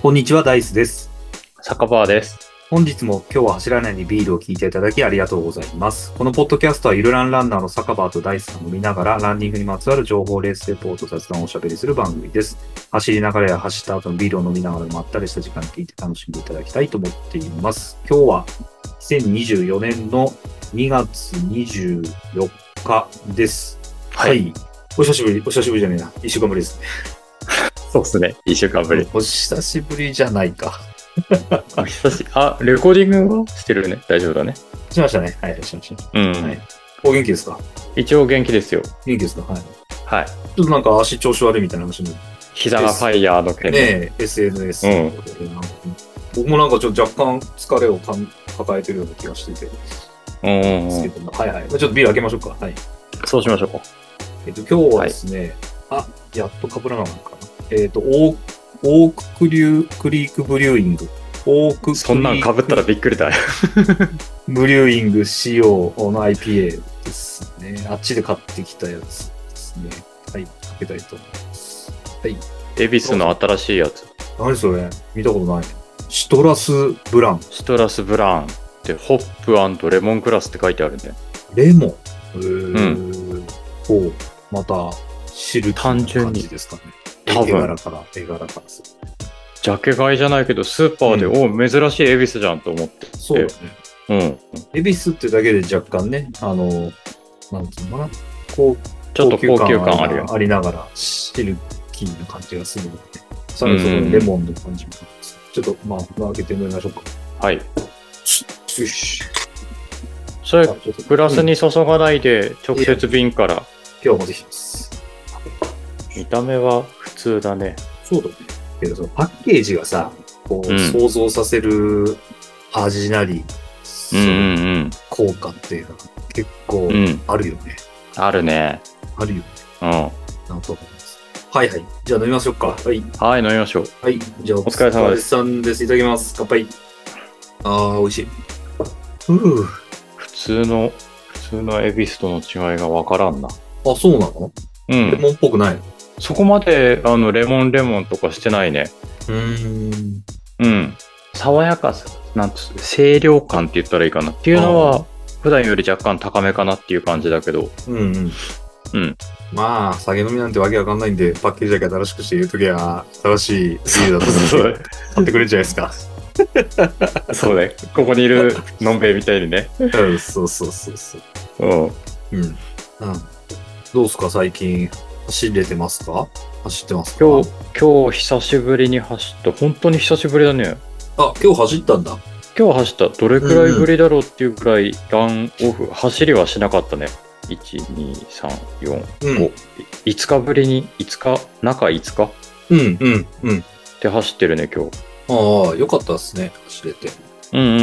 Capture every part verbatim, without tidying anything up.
こんにちは、ダイスです。 酒場です。 本日も今日は走らないにビールを聞いていただきありがとうございます。このポッドキャストはゆるランランナーの酒場とダイスが飲みながらランニングにまつわる情報、レースレポート、雑談をおしゃべりする番組です。走りながらや走った後のビールを飲みながらまったりした時間に聞いて楽しんでいただきたいと思っています。今日はにせんにじゅうよねんのにがつにじゅうよっかです。はい。はい、お久しぶり、お久しぶりじゃねえな。いっしゅうかんぶりですね。 そうっすね。いっしゅうかんぶり。 お久しぶりじゃないか。 あ、久しあ、レコーディングはしてるね。大丈夫だね。 しましたね。はい、しました。 うん。 はい。お元気ですか？ 一応元気ですよ。 元気ですか？はい。 はい。 ちょっとなんか足調子悪いみたいな話も。 膝がファイヤーの件ねえ、エスエヌエス で、うん、僕もなんかちょっと若干疲れをかん抱えてるような気がしてて。 うん。 ですけど、はいはい。ちょっとビール開けましょうか。はい。 そうしましょうか。 えっと、今日はですね、はい、あ、やっと被らなかったかな。えっと、オーククリュークリークブリューイング。オークそんなん被ったらびっくりだよ。 ブリューイング シーオー の アイピーエー ですね。あっちで買ってきたやつですね。はい、かけたいと思います。はい。 恵比寿の新しいやつ。 何それ？見たことない。シトラスブラン。 シトラスブランってホップ&レモングラスって書いてあるね。 レモン。えー、うん。こう、またシルキーな感じですかね。 多分。 絵柄から、絵柄からする。 ジャケ買いじゃないけど、スーパーで、うん、お珍しい恵比寿じゃんと思って。 そうだね。うん。恵比寿ってだけで若干ね、あの、なんつうのかな。こう、 ちょっと高級感あるよ。 ありながら、シルキーな感じがするので、さらにそのレモンの感じも、ちょっと、まあ、開けてみましょうか。 はい。よし。 それ、グラスに注がないで、直接瓶から。 今日もできます。 見た目は普通だね。 そうだね。けどそのパッケージがさ、こう、うん、想像させる味なり、 うんうんうん、 効果っていうのは結構あるよね。 うん、あるね。 あるよね。 うん。 なんと思います。はいはい。じゃあ飲みましょうか。はい。 はい、飲みましょう。 はい。じゃあお疲れ様です。お疲れ様です。いただきます。乾杯。あー、美味しい。うー普通の、普通のエビスとの違いがわからんな。 あ、そうなの？うん。レモンっぽくないの？ そこまで、あの、レモンレモンとかしてないね。 うーん。 うん。爽やかさ、なんつう、清涼感って言ったらいいかなっていうのは、普段より若干高めかなっていう感じだけど。 うんうん。 うん。 まあ、酒飲みなんてわけわかんないんで、パッケージだけ新しくして言うときは、新しいビールだと思って買ってくれるんじゃないですか。 そうね。ここにいるのんべえみたいにね。 うん、そうそうそうそう。 うん。うん。 うん。どうすか、最近。走れてますか？走ってますか？ 今日、今日久しぶりに走った。本当に久しぶりだね。 あ、今日走ったんだ。 今日走った。どれくらいぶりだろうっていうくらい、ランオフ、走りはしなかったね。いち、に、さん、よん、ご。いつかぶりに、いつか、中いつかうんうんうん。 って走ってるね、今日。 ああ、よかったですね、走れて。 うんうんうん。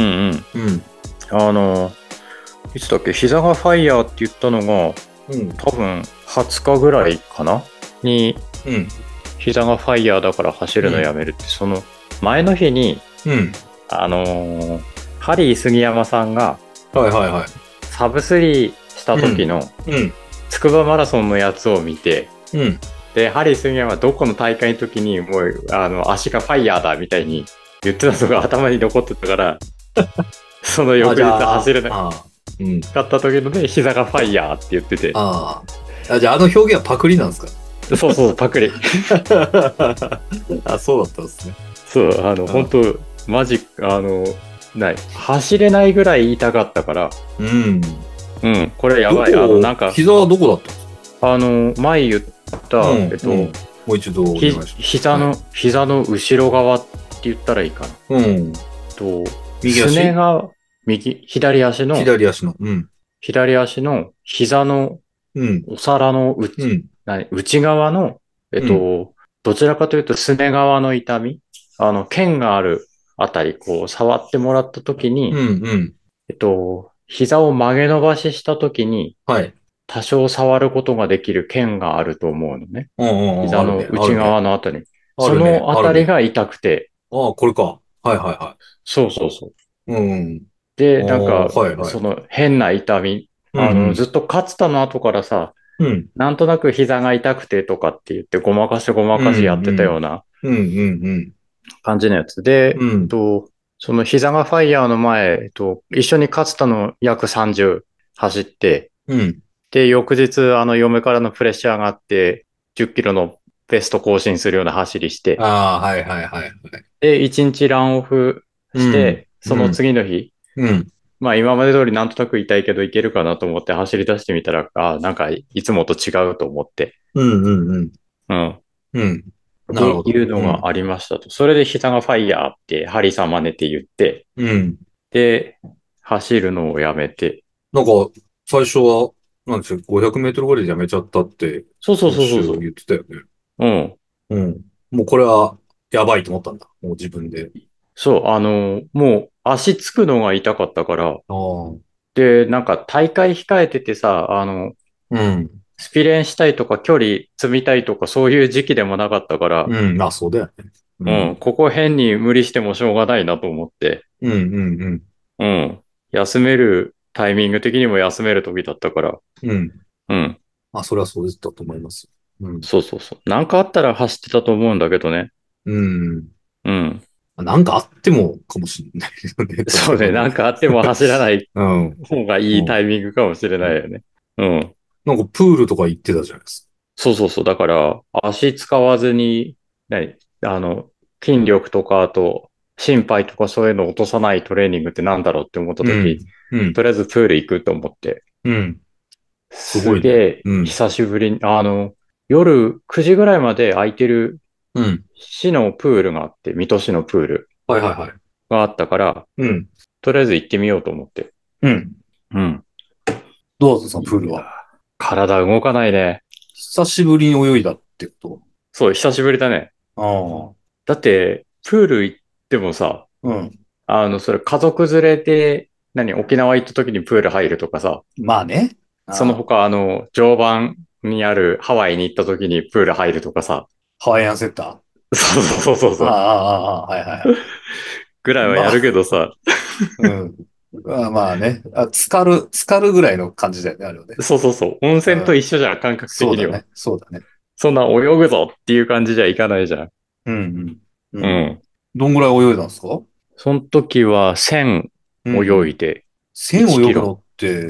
うん。あの、いつだっけ、膝がファイヤーって言ったのが、うん、多分はつかぐらいかなに、うん、膝がファイヤーだから走るのやめるって、うん、その前の日に、うん、あのー、ハリー杉山さんが、 はいはいはい、 サブスリーした時の、うんうん、筑波マラソンのやつを見て、うん、で、ハリー杉山はどこの大会の時にもうあの足がファイヤーだみたいに言ってたのが頭に残ってたから、その翌日走れない。うん、買った時ので膝がファイヤーって言ってて、 ああ、じゃああの表現はパクリなんですか？ そうそうパクリ。 あ、そうだったんですね。 そうあの本当マジあのない走れないぐらい言いたかったから、うんうんこれやばい。あのなんか膝はどこだったんですか？ あの前言った、うん、えっと、うん、 もう一度お願いします。 膝の、はい、膝の後ろ側って言ったらいいかな。うんと右足？ すねが右、左足の、 左足の、うん、 左足の膝の、うん、お皿の内、うん、何内側の、えっと、うん、どちらかというとすね側の痛み、あの、腱があるあたり、こう、触ってもらったときに、うんうん、えっと、膝を曲げ伸ばししたときに、はい、多少触ることができる腱があると思うのね。うんうんうん、膝の内側のあたり、ね、そのあたりが痛くて。 あ、ね、ああ、これか。はいはいはい。 そうそうそう。 うんで、なんか、はいはい、その変な痛み、あの、うんうん、ずっと勝田の後からさ、うん、なんとなく膝が痛くてとかって言ってごまかしごまかしやってたような感じのやつで、 うん。 えっと、その膝がファイヤーの前、えっと、一緒に勝田の約さんじゅう走って、 うん。 で、翌日、あの、嫁からのプレッシャーがあって、じゅっキロのベスト更新するような走りして、 ああ、はいはいはいはい。 で、いちにちランオフうん。 して、そのうん。 次の日、 うん。 まあ今まで通りなんとなく痛いけどいけるかなと思って走り出してみたら、あなんかいつもと違うと思って、 うんうんうん。 うん。 うん。 ってなるほど。 いうのうん。 がありましたと。それで膝がファイヤーってハリーさん真似て言って、 うん。 で、走るのをやめて、 なんか、最初は、なんですよ、ごひゃくメートルぐらいでやめちゃったって、 そうそう今そうそうそ週言ってたよね。 う。うん。 うん。もうこれは、やばいと思ったんだ。もう自分で。 そう、あの、もう足つくのが痛かったから、 ああ。 で、なんか大会控えててさ、あの、 うん。 スピレンしたいとか距離積みたいとかそういう時期でもなかったから、 うん。あ、そうだよね。ううん、 ん。 ここ変に無理してもしょうがないなと思って、 うん、うん、うん。 うん、休めるタイミング的にも休める時だったから、 うん。 うん、 あ、それはそうだと思います。うん。 そうそうそう。なんかあったら走ってたと思うんだけどね。 うん。 うん。 なんかあってもかもしれないよね。どうそうね、 なんだろなんかあっても走らないう。うん。 方がいいタうん。 イミングかもしれないよね。うん。 なんかプールとか行ってたじゃないですそうそうそう。だから、足使わずに、何あの、筋力とか、あと、心肺とかそういうのを落とさないトレーニングってなんだろうって思ったか。うとき、 ん。うん。 とりあえずプール行くと思って、 うん。すすごいね。 げえうん。 久しぶりに、あの、夜くじぐらいまで空いてるうん。 市のプールがあって、水戸市のプールはいはいはい。 があったから、 うん。 とりあえず行ってみようと思って。 うん。 うん。 どうぞ、そのプールいやー、 は。 体動かないね。 久しぶりに泳いだってこそう、久しぶりだね。 と？ああ。 だって、プール行ってもさ、 うん。 あの、それ家族連れで、何、沖縄行った時にプール入るとかさ、 まあね。ああ。 その他、あの、常磐にあるハワイに行った時にプール入るとかさ、 ハワイアンセッター。 そうそうそうああ、 そう、 ああ、ああ、はいはいはい。 ぐらいはやるけまあ、 どさ、 うん。あまあね。あ、浸かる、浸かるぐらいの感じだよね、あれはね。 そうそうそう、温泉とうん。 一緒じゃん、感覚的には。 そうだね。そうだね。 そんな泳ぐぞっていう感じじゃいかないじゃん。 うん、うん。うん。 うん。 どんぐらい泳いだんですか？ その時はせんうん。 泳いで線いちキロ。 泳ぐのって、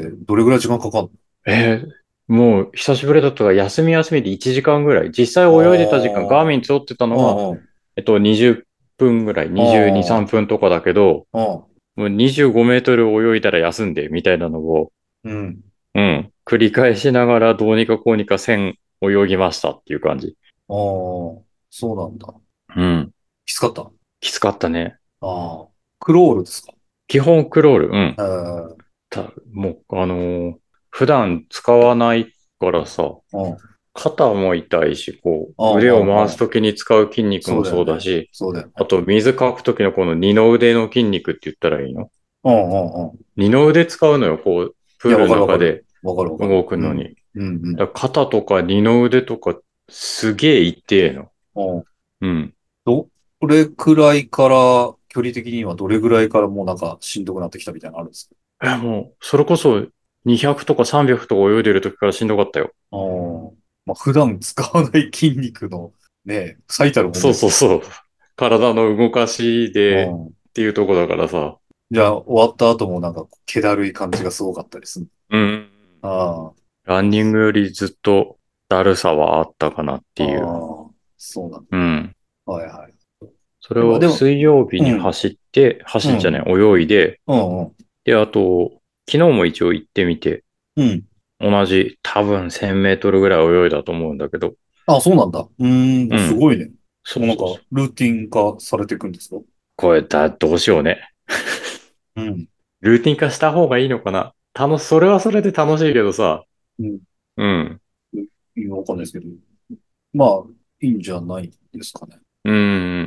どれぐらい時間かかるえーもう久しぶりだったから休み休みでいちじかんぐらい。実際泳いでた時間、ガーミンの？ ツってたのは、 ああ、 えっと、にじゅっぷんぐらい、 あにじゅうに、さんぷんとかだけど、 あ、ああ、 もうにじゅうごメートル泳いだら休んで、みたいなのを、 うん。 うん、繰り返しながらどうにかこうにか線泳ぎましたっていう感じ。 ああ、そうなんだ。 うん。 きつかった？ きつかったね。 ああ、クロールですか？ 基本クロール、うん。 えー、 た、もう、あのー普段使わないからさ、 あ肩も痛いし、こあ、あう、 あ、 腕を回ああ、 すときに使う筋肉もそうだよね。 そうだし、 そうだよね。 あと水かくときのこの二の腕の筋肉って言ったらいいの？ ああ、ああ、ああ。 二の腕使うのよ、こう、プいや、わールかるわかる。 の中でわかるわかる。 動くうん。 のに。 うん、うん。 だから肩とか二の腕とかすげえ痛えの。 ああ、 うん。 どれくらいから、距離的にはどれぐらいからもうなんかしんどくなってきたみたいなのあるんですか？ え、もう、それこそにひゃくとかさんびゃくとか泳いでる時からしんどかったよ。 ああ、まあ、普段使わない筋肉のね、最たるもんそうですよね。 そうそう。体の動かしでうん。 っていうとこだからさ。 じゃあ、終わった後もなんか、気だるい感じがすごかったりする？ うん。 あランニングよりずっとだるさはあったかなっあ、 ていう。 ああ、そうなんうん。 だ。はいはい。 それでも、でも、 を水曜日うん、 に走って、 うん、 走っちゃね、泳いで、 うん、うん、 で、あと、昨日も一応行ってみて、 うん。 同じ多分せんメートルぐらい泳いだと思うんだけど、 あ、そうなんだ。うーん、すうん。 ごいね。もうなんか、 そうそうそう。 ルーティン化されていくんですか？ これだ、どうしようね。 うん。 ルーティン化した方がいいのかな？楽し、それはそれで楽しいけどさ、 うん。 うん。 いいわかんないですけど。まあ、いいんじゃないですかね。 うん。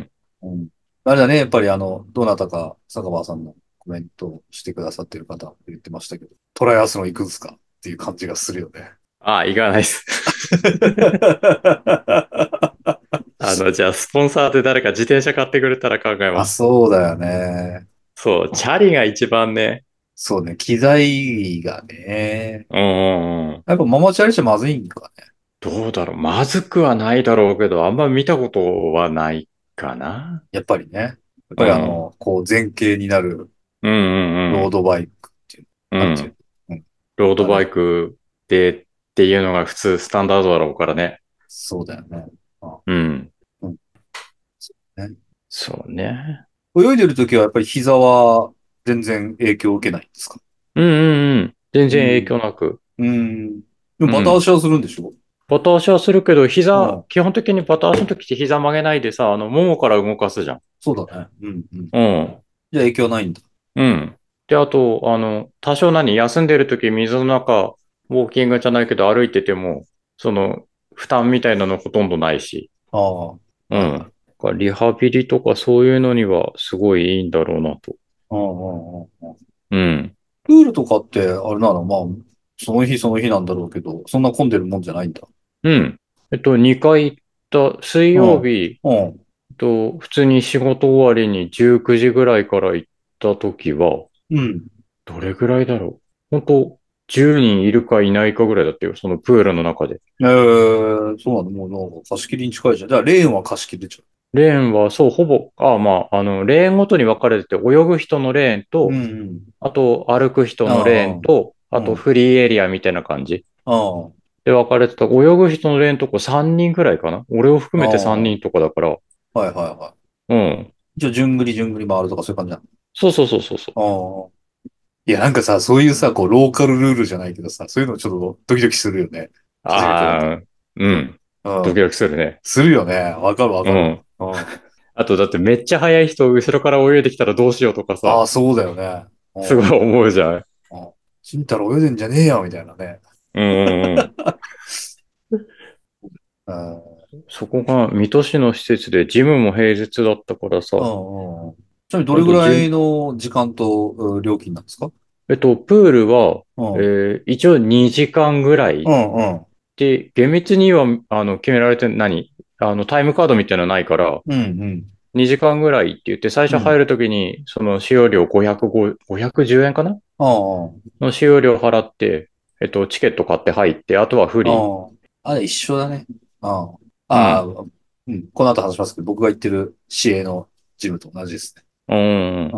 うん。あれだね、やっぱりあの、どなたか坂場さんのコメントしてくださってる方言ってましたけど、トライアスロン行くんすかっていう感じがするよね。 ああ、行かないです。あの、じゃあ、スポンサーで誰か自転車買ってくれたら考えあ、 ます。 そうだよね。 そう、チャリが一番ね。 そうね、機材がね。 うんうんうん。 やっぱママチャリじゃまずいんかね。 どうだろう。まずくはないだろうけど、あんま見たことはないかな。 やっぱりね。やっぱりあうん。 の、こう前傾になるうんうんうん。 ロードバイクっていう、なんていううん。 の、うん、 ロードバイあれ、 クでっていうのが普通スタンダードだろうからね。 そうだよね。あ、 うん。 うん、そうね。 そうね。 泳いでるときはやっぱり膝は全然影響を受けないんですか？ うんうんうん。全然影うん。 響なく。 うん。でもうん。 バタ足はするんでしょ？ バタ足はするけど、膝、 うん。 基本的にバタ足の時って膝曲げないでさ、あの、ももから動かすじゃん。 そうだね。うん、うん。 うん。 じゃあ影響ないんだ。 うん。で、あと、あの、多少何、休んでる時水の中、ウォーキングじゃないけど歩いてても、その、負担みたいなのほとんどないし。 ああ。はうん。 いはい。 だからリハビリとかそういうのにはすごいいいんだろうなと。 うんうんうんうん。 うん。 プールとかって、あれなの、まあ、その日その日なんだろうけど、そんな混んでるもんじゃないんだ。 うん。えっと、にかい行った、水うん。 曜日うん。 と、普通に仕事終わりにじゅうくじぐらいから行った時は、 うん。 どれぐらいだろう。本当じゅうにんいるかいないかぐらいだったよ。そのプールの中で。 ええ、そうなの、もうなんか貸し切りに近いじゃん。じゃあ、レーンは貸し切りじレーンは、そう、ほぼ、あ、まあ、あの、レーンごとに分かれてて、泳ぐ人のレーンゃん。うと、 ん。 あと、歩く人のレーンああ、 と、あと、 うん。 フリーエリアみたいな感じあで分かれてた。泳ぐ人のレーンとこさんにんくらいかな。俺を含あ、あめて3 あ、 人とかだから、 はいはいはい。 うん。 じゃあ、順繰り順繰り回るとかそういう感じなそうそうそうそうそう。 の？ああ。いや、なんかさ、そういうさ、こう、ローカルルールじゃないけどさ、そういうのちょっとドキドキするよね。初めてだと。 ああ、うん。 うん。 ドキドキするね。 するよね。わかるわかる。 うん。 うん。 あと、だってめっちゃ速い人後ろから泳いできたらどうしようとかさ、 ああ、そうだよね。うん。 すごい思うじゃん。 うん。ちんたら泳いでんじゃねえよ、みたいなね。 うんうんうん。 うん。 そこが水戸市の施設でジムも平日だったからさ、 うんうん。ちなみにどれぐらいほんとジム、 の時間とうん料金なんですか？ えっと、プールは、 うん。 えー一応にじかんぐらういんうん。 で、厳密には、あの、決められて何あの、タイムカードみたいなのないから、 うんうん。 にじかんぐらいって言って、最うん。 初入るときに、その使用料ごひゃくご、ごひゃくじゅうえんかなああ。 の使用料払って、えっと、チケット買って入って、あとはフリああ。あれ一緒だね。ああ。 ー。うああ。 ん。 うん。この後話しますけど、僕が行ってる市営のジムと同じですね。 うん。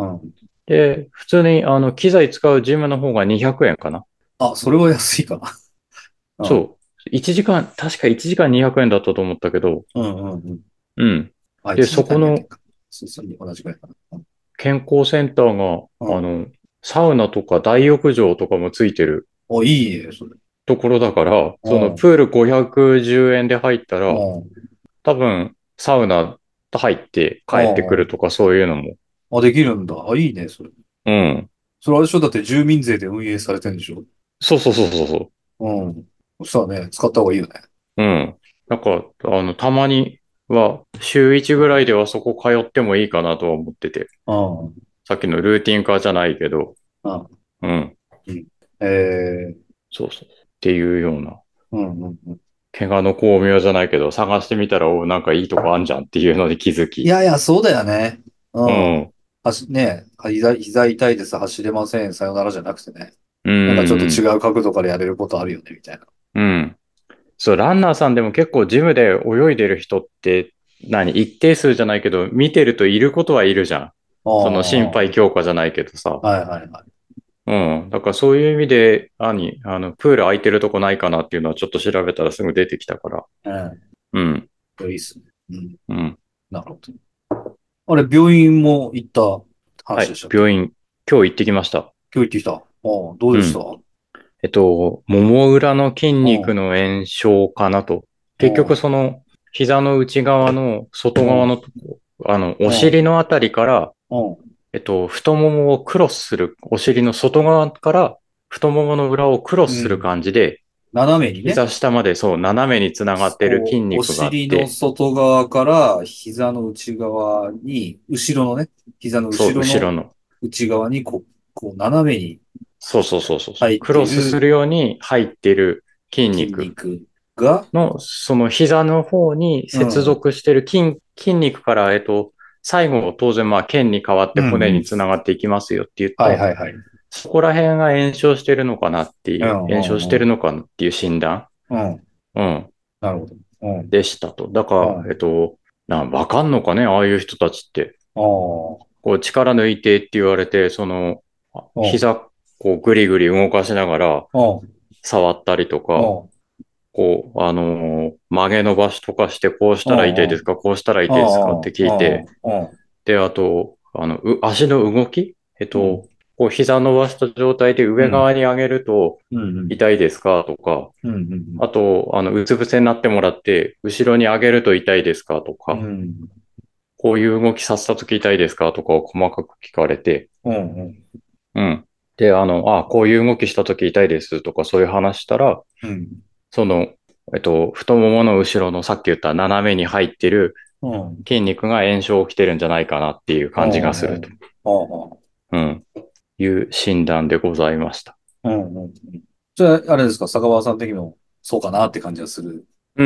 うん。 で、普通に、あの、機材使うジムの方がにひゃくえんかな。 あ、それは安いかな。うん。 そう。いちじかん、確かいちじかんにひゃくえんだったと思ったけど、 うんうんうん。 うん。 あ、 で、 いちじかんにひゃくえんそこのか。そうそう、同じくらいかな。 健康センターが、 うん。うん。 あの、サウナとか大浴場とかもついてるお、いいね、それ。 ところだから、 うん。 そのプールごひゃくじゅうえんで入ったら、 うん。 多分、サウナ入って帰ってくうん。 るとかそういうのも。 あ、できるんだ。あ、いいね、それ。 うん。 それあれでしょ？だって住民税で運営されてるんでしょ？ そうそうそうそうそうん。そしたらね、使った方がいいよね。 う。うん。なんか、あの、たまには、週いちぐらいではそこ通ってもいいかなとは思ってて。 うん。 さっきのルーティン化じゃないけど、 うん。 うん。 うん。えー、 そうそう。っていうような、 うんうんうん。 怪我の巧妙じゃないけど、探してみたら、お、なんかいいとこあんじゃんっていうので気づき。 いやいや、そうだよね。うん。 うん。 はし、ね、膝、膝痛いです、走れません、さよならじゃなくてね。 うんなんかちょっとうん違う角度からやれることあるよね、みたいな。 うん。うん。そう、ランナーさんでも結構ジムで泳いでる人って、何、一定数じゃないけど、見てるといることはいるじゃん。 あその心あ、 肺強化じゃないけどさ。 はいはいはい。 うん。だからそういう意味で、何、あの、プール空いてるとこないかなっていうのはちょっと調べたらすぐ出てきたから。 うん。 うん。 いいっすね。うん。 うん。 なるほど。あれ、病院も行ったはい。 話でしたっけ？ 病院、今日行ってきました。 今日行ってきた。ああ、どうでした？ うん。えっと、もも裏の筋うん。 肉の炎症かなと。結局うん。 その、膝の内側の外うん。 側のとこ、あの、おうん。 尻のあたりから、 うん。 えっと、太ももをクロスする、お尻の外側から太ももの裏をクロスするうん。 感じで、 斜めにね。 膝下までそう、斜めにつながってる筋こう、お肉があっ尻のて、 外側から膝の内側に、後ろのね、膝のそう、 後ろの後ろの。 内側にこう、こう斜めにそうそうそうそうそう。 入っクロスすてるるように入ってる筋筋肉肉が、 の、その膝の方に接うん、うん、 続してる筋、筋肉から、えっと、最後当然まあ腱に変わってうん。 骨につながっていきますよって言った、 はいはいはい。 そこら辺が炎症してるのかなっていう、 うん、 炎症してうん、 るのかっていう診断、 うん。うん。 うん、 なるほど。うん、 でしたと。だから、えうん、 っと、 な、わかんのかね、ああいう人たちって。 ああ。 こう力抜いてって言われて、その、 うん。 膝、こうぐりぐり動かしながらうん。 触ったりとか、 うん。 こう、あのー曲げ伸ばしとかして、こうしうん。 たら痛いうん。 ですか、こうしたらう痛いですかって聞いて、 ん。うん。 で、あと、あの、う足の動きえっうん。 と、こう膝伸ばした状態で上うん。 側に上げるとうん。 痛いですかとか、 うん。 あと、あの、うつ伏せになってもらって、後ろに上げると痛いですかとうか、 ん。 こういう動きさせたとき痛いですかとかを細かく聞かれて、 うん。 うん。で、あの、あ、こういう動きしたとき痛いですとかそういう話したら、 うん。 その、えっと、太ももの後ろのさっき言った斜めに入ってるうん。 筋肉が炎症起きてるんじゃないかなっていうう感じがすると。 ん。うん。 うん。いう診断でございました。 うん。うん。じゃあ、あれですか、坂場さん的にもそうかなって感じがする。 うん、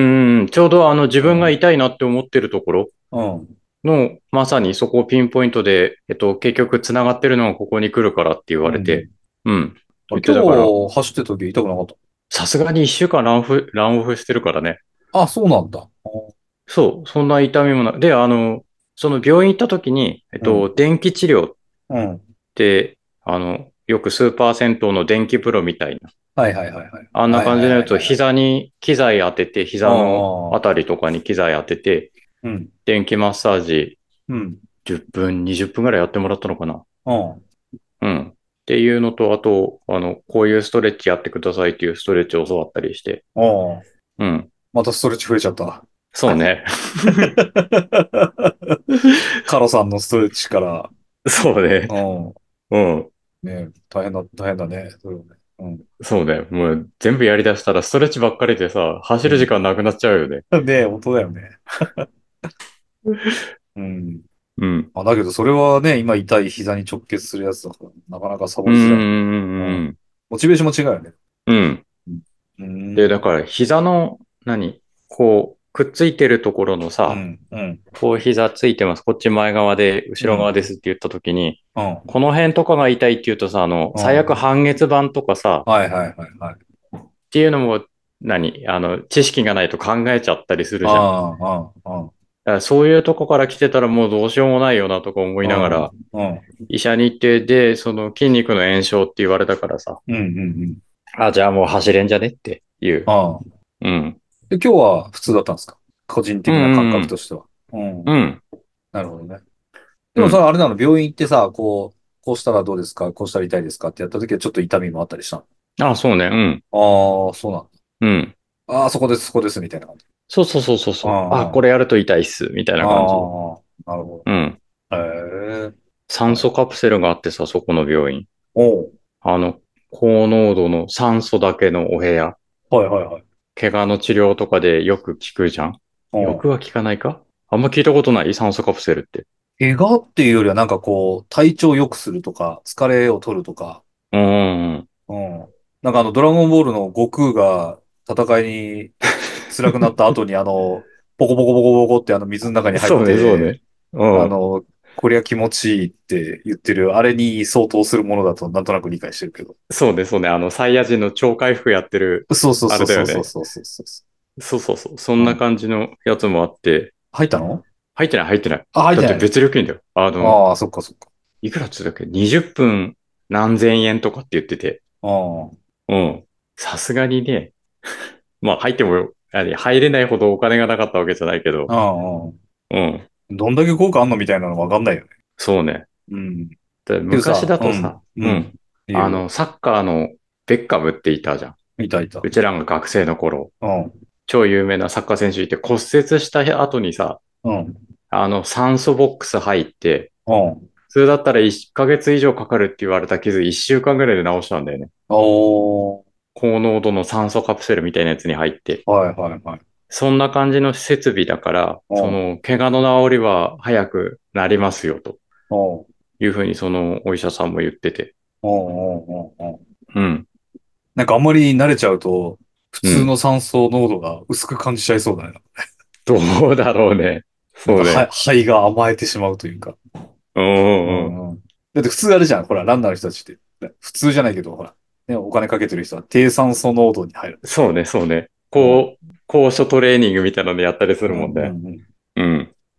ちょうどあの自分がうん。 痛いなって思ってるところうん。 の、まさにそこをピンポイントで、えっと、結局繋がってるのがここに来るからって言わうん。 れて、うん。 あれ、 言ってたから、 今日走ってた時痛くなかった？ さすがに一週間ランオフ、ランオフしてるからね。 あ、そうなんだ。 そう、そんな痛みもなく、で、あの、その病院行った時に、えっうん。 と、電気治療っうん。 て、あの、よくスーパー銭湯の電気風呂みたいな、 はいはいはいはい。 あんなはいはい感じのやつをはいはいはい。 膝に機材当てて、 あ膝のああ。 たりとかに機材当てて、 うん。 電気マッサージうん。 じゅっぷん、にじゅっぷんぐらいやってもらったのかな。 うん。 うん。っていうのと、あと、あの、こういうストレッチやってくださいっていうストレッチを教わったりして。 ああ。 うん。 またストレッチ増えちゃった。 そうね。 カロさんのストレッチから、 そうね。 ううん。 ん。ね、大変だ、大変だね。それはね。うん。 そうね。もう全部やりだしたらストレッチばっかりでさ、走る時間なくなっちゃうよね。 うん。ね、本当だよね。うん。 うん。 あ、だけど、それはね、今痛い膝に直結するやつだから、なかなかサうんうボりづらいね。うん。 んモチベーションも違うよね。 うんうん。うん。 うで、だん。 から膝の、何こう、くっついてるところのさ、 うん。うん。 こう膝ついてます。こっち前側で、後ろ側うん。 ですって言った時に、 うん。 この辺とかが痛いって言うとさ、あの、 うん。 最悪半月板とかさ、 はいはいはいはい。 っていうのも、何あの、知識がないと考えちゃったりするじゃん。だかああ、ああ、 らそういうとこから来てたらもうどうしようもないよなとか思いながああ、 ら、 うん。 医者に行って、で、その筋肉の炎症って言われたからさ、 うん、うん、うん。 あ、じゃあもう走れんじゃねっていう。 ああ。 うん。 で、今日は普通だったんですか？個人うん的な感うんうん。 覚としては。うん。 うん。 なるほどね。でもさ、 うん。 あれなの、病院行ってさ、こう、こうしたらどうですか、こうしたら痛いですかってやった時はちょっと痛みもあったりしたあ、そうね。うん。 の？ああ、そうなんだ。 うん。 ああ、そこです、そこです、みたいな感じ。 そうそうそうそうあそう。あ、これやると痛いっす。みたいあ、 な感じ。 ああ、なるほうん。 ど。へえ。 酸素はい。 カプセルがあってさ、そこの病院。 おう。 あの、高濃度の酸素だけのお部屋。 はいはいはい。 怪我の治療とかでよく聞くじゃん。よおう。 くは聞かないか。あんま聞いたことない酸素カプセルって。 怪我っていうよりはなんかこう、体調を良くするとか、疲れを取るとか、 うん。 うん。なんかあの、ドラゴンボールの悟空が戦いに辛くなった後にあの、ポコポコポコポコってあの水の中に入っそうね、そうて、 ね。うん。 あの、こりゃ気持ちいいって言ってる、あれに相当するものだとなんとなく理解してるけど。 そうね、そうね。あの、サイヤ人の超回復やってる、 そうそうあそうそうそうれだよね。 そうそうそそうそうそう。そう。 んなうん。 感じのやつもあって、 入ったの？ 入ってない、入ってない。 あ、入っだっててないの？ 別料金だよ。あの、 ああ、そっかそっか。 いくらっつったっけ？ にじゅっ 分何千円とかって言ってて。 ああ、 うん。さすがにね、まあ入っても、あれ入れないほどお金がなかったわけじゃないけど、 ああ、ああ。 うん。 どんだけ効果あんのみたいなのわかんないよね。 そうね。 うん。 で昔けどさ、 だとさ、 うん、うん。 うん。 いいよ。 あの、サッカーのベッカムっていたじゃん。 いたいた。 うちらが学生の頃、 うん、 超有名なサッカー選手いて骨折した後にさ、 うん、 あの、酸素ボックス入って、 うん。 普通だったらいっかげつ以上かかるって言われた傷いっしゅうかんぐらいで治したんだよね。 おー、 高濃度の酸素カプセルみたいなやつに入って。 はいはいはい。 そんな感じの設備だから、 うん、 その、怪我の治りは早くなりますよ、とうん、 いうふうにそのお医者さんも言ってて。 うん、うん、うん。 うん。 なんかあんまり慣れちゃうと、普うん。 通の酸素濃度が薄く感じちゃいそうだね。 どうだろうね。 なんか、は、 そうね。 肺が甘えてしまうというか。 うんううんうん。 ん、うん。だって普通あれじゃん。ほら、ランナーの人たちって。普通じゃないけど、ほら、ね、お金かけてる人は低酸素濃度に入るでしそうね、そうね。 ょ。 こう、高所トレーニングみたいなのやったりすうん、うん、 るもんね。 うん、うん。 うん。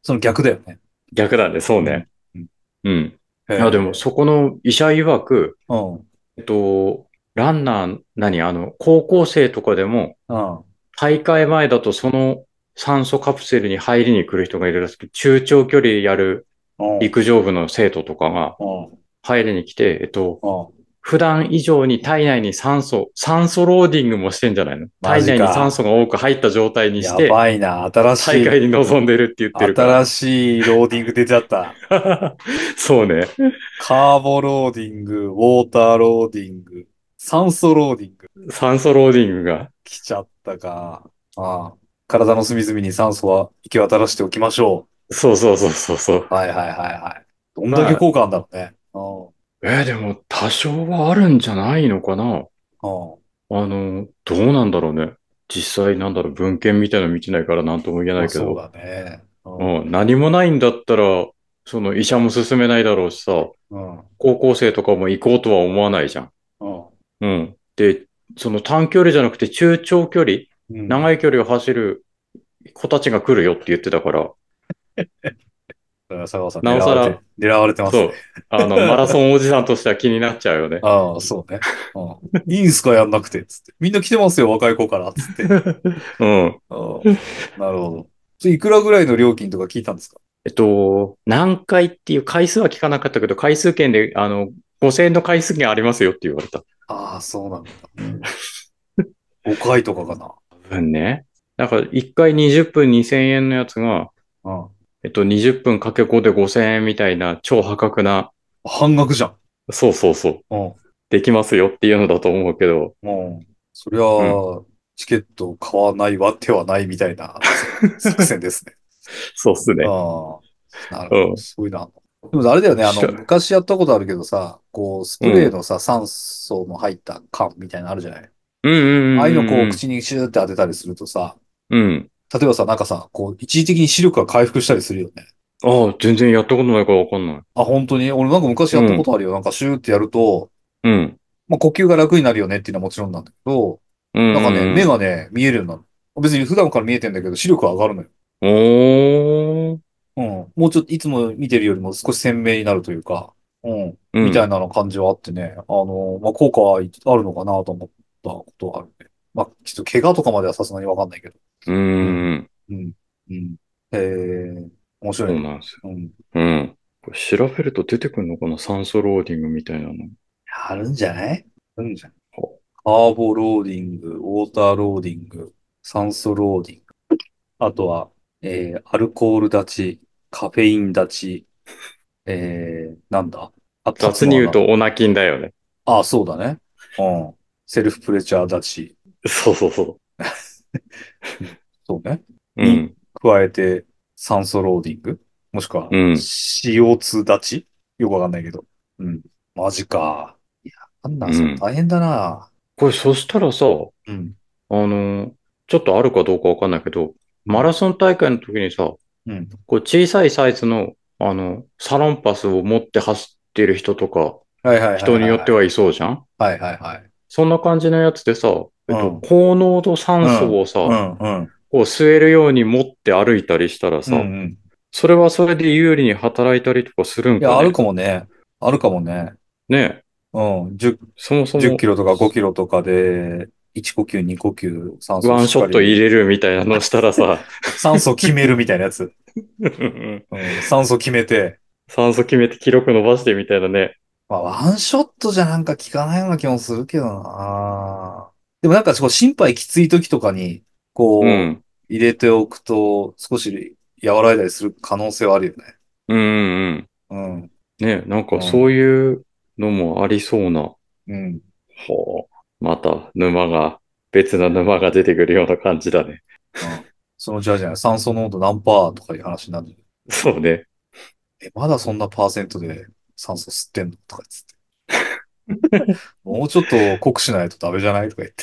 その逆だよね。 逆だね、そうね。 うん。 うん。 へいや、でもえ。 そこの医者曰く、 うん。 えっと、ランナー、何、あの、高校生とかでも、 うん。 大会前だとその酸素カプセルに入りに来る人がいるらしく、中長距離やるうん。 陸上部の生徒とかがうん。 入りに来て、えっと、 うん。 普段以上に体内に酸素、酸素ローディングもしてんじゃないの？ マジ体内に酸素か。 が多く入った状態にしやて、 ばいな。新しい、 大会に臨んでるって言ってるから。 新しいローディング出ちゃった。 そうね。 カーボローディング、ウォーターローディング、酸素ローディング。 酸素ローディングが。 来ちゃったか。ああ。体の隅々に酸素は行き渡らせておきましょそうそうそうそうそう。 う。はいはいはいはい。どんだけまあ、 効果あるんだろうね。うん。 えーでも多少はあるんじゃないのかな。 うん。 あの、どうなんだろうね。実際なんだろう、文献みたいなの見てないから何とも言えないけど、 まあそうだね。うん。 うん、何もないんだったら、その医者も勧めないだろうしさ、 うん。 高校生とかも行こうとは思わないじゃん。 うん。 うん。で、その短距離じゃなくて中長距離、 うん。 長い距離を走る子たちが来るよって言ってたから、 だから佐川さんなおさら、 狙われて、狙われてますね。 そう、あの、マラソンおじさんとしては気になっちゃうよね。 ああ、そうね。うん。いいんすかやんなくて、つって。みんな来てますよ、若い子から、つって。 うん。 ああ、なるほど。それいくらぐらいの料金とか聞いたんですか？ えっと、何回っていう回数は聞かなかったけど、回数券で、あの、ごせんえんの回数券ありますよって言われた。 ああ、そうなんだ。ごかいとかかな。 多分ね。だから、いっかいにじゅっぷんにせんえんのやつが、 うん。 えっと、にじゅっぷんかけごでごせんえんみたいな超破格な、 半額じゃん。 そうそうそう、 うん。 できますよっていうのだと思うけど、 うん。そりうん。 ゃ、チケット買わないわってはないみたいなさ作戦ですね。 そうっすね。 ああ、なるほど。 うん。 そういうの。でもあれだよね、あの、 しゃ、 昔やったことあるけどさ、こう、スプレーうん。 のさ、酸素の入った缶みたいなのあるじゃない？ うんうんああいうのこう、 うん口にシューって当てたりするとさ、 うんうん。うん。 例えばさ、なんかさ、こう、一時的に視力が回復したりするよね。 ああ、全然やったことないからわかんない。 あ、本当に俺なんか昔やったこうん。 とあるよ。なんかシューってやると、 うん。 まあ、呼吸が楽になるよねっていうのはもちろんなんだけど、 うんなんかね、 うん目がね、見えるようになる。別に普段から見えてんだけど、視力は上がるのよ。 うん。おー。 うん。もうちょっといつも見てるよりも少し鮮明になるというか、うん。 うん。 みたいなの感じはあってね、あの、まあ、効果はあるのかなと思ったことはあるね。まあ、ちょっと怪我とかまではさすがにわかんないけど。 うーうん。 ん。 うん。うん。えー、面白いね。 そうなんですうん。 よ。うん。これ調べると出てくるのかな、酸素ローディングみたいなの。 あるんじゃないあるんじゃん。 はカーボローディング、ウォーターローディング、酸素ローディング。あとは、えー、アルコール立ち、カフェイン立ち、えー、なんだあ、立つ雑に言うのはな。 とオナキンだよね。 あ、そうだね。うん。セルフプレジャー立ち。 そうそうそうんそうね。 う。うに、 ん。 加えて、酸素ローディング。もしくはうん。 シーオーツー 立ちよくわかんないけど。うん。マジか。いや、なんだ、それうん。 大変だな。 これそしたらさ、 うん。 あの、ちょっとあるかどうかわかんないけど、 うん。 マラソン大会の時にさ、 うん。 こう小さいサイズの、あの、サロンパスを持って走ってる人とか、 はいはいはい人にはいはい。 よってはいそうじゃん。 はいはいはい。 そんな感じのやつでさ、えっと、 うん。 高濃度酸素うん。 をさ、 うん。うん。 こう吸えるように持って歩いたりしたらうん。 さ、 うん。 それはそれで有利に働いたりとかするんいや、あるかね。 かもね。あるかもね。 ねえ、 うん。じゅう、じゅっそもそもキロとかごキロとかで、いち呼吸、に呼吸、酸素をしっワンショット入かり、 れるみたいなのをしたらさ、 酸素決めるみたいなやつ。うん。酸素決めて、 酸素決めて記録伸ばしてみたいなね。 まあ、ワンショットじゃなんか効かないような気もするけどな。でもなんか、こう、心肺きつい時とかに、こう、 うん。 入れておくと、少し和らいだりする可能性はあるよね。 うんうんうん。 うん。 ね、なんかそううん。 いうのもありそうな。はうん。 あ、また沼が、別な沼が出てくるような感じだね。 うん。そのうちあれじゃない、酸素濃度何パーとかいう話になる。 そうね。 え、まだそんなパーセントで酸素吸ってんのとか言って。もうちょっと濃くしないとダメじゃないとか言って。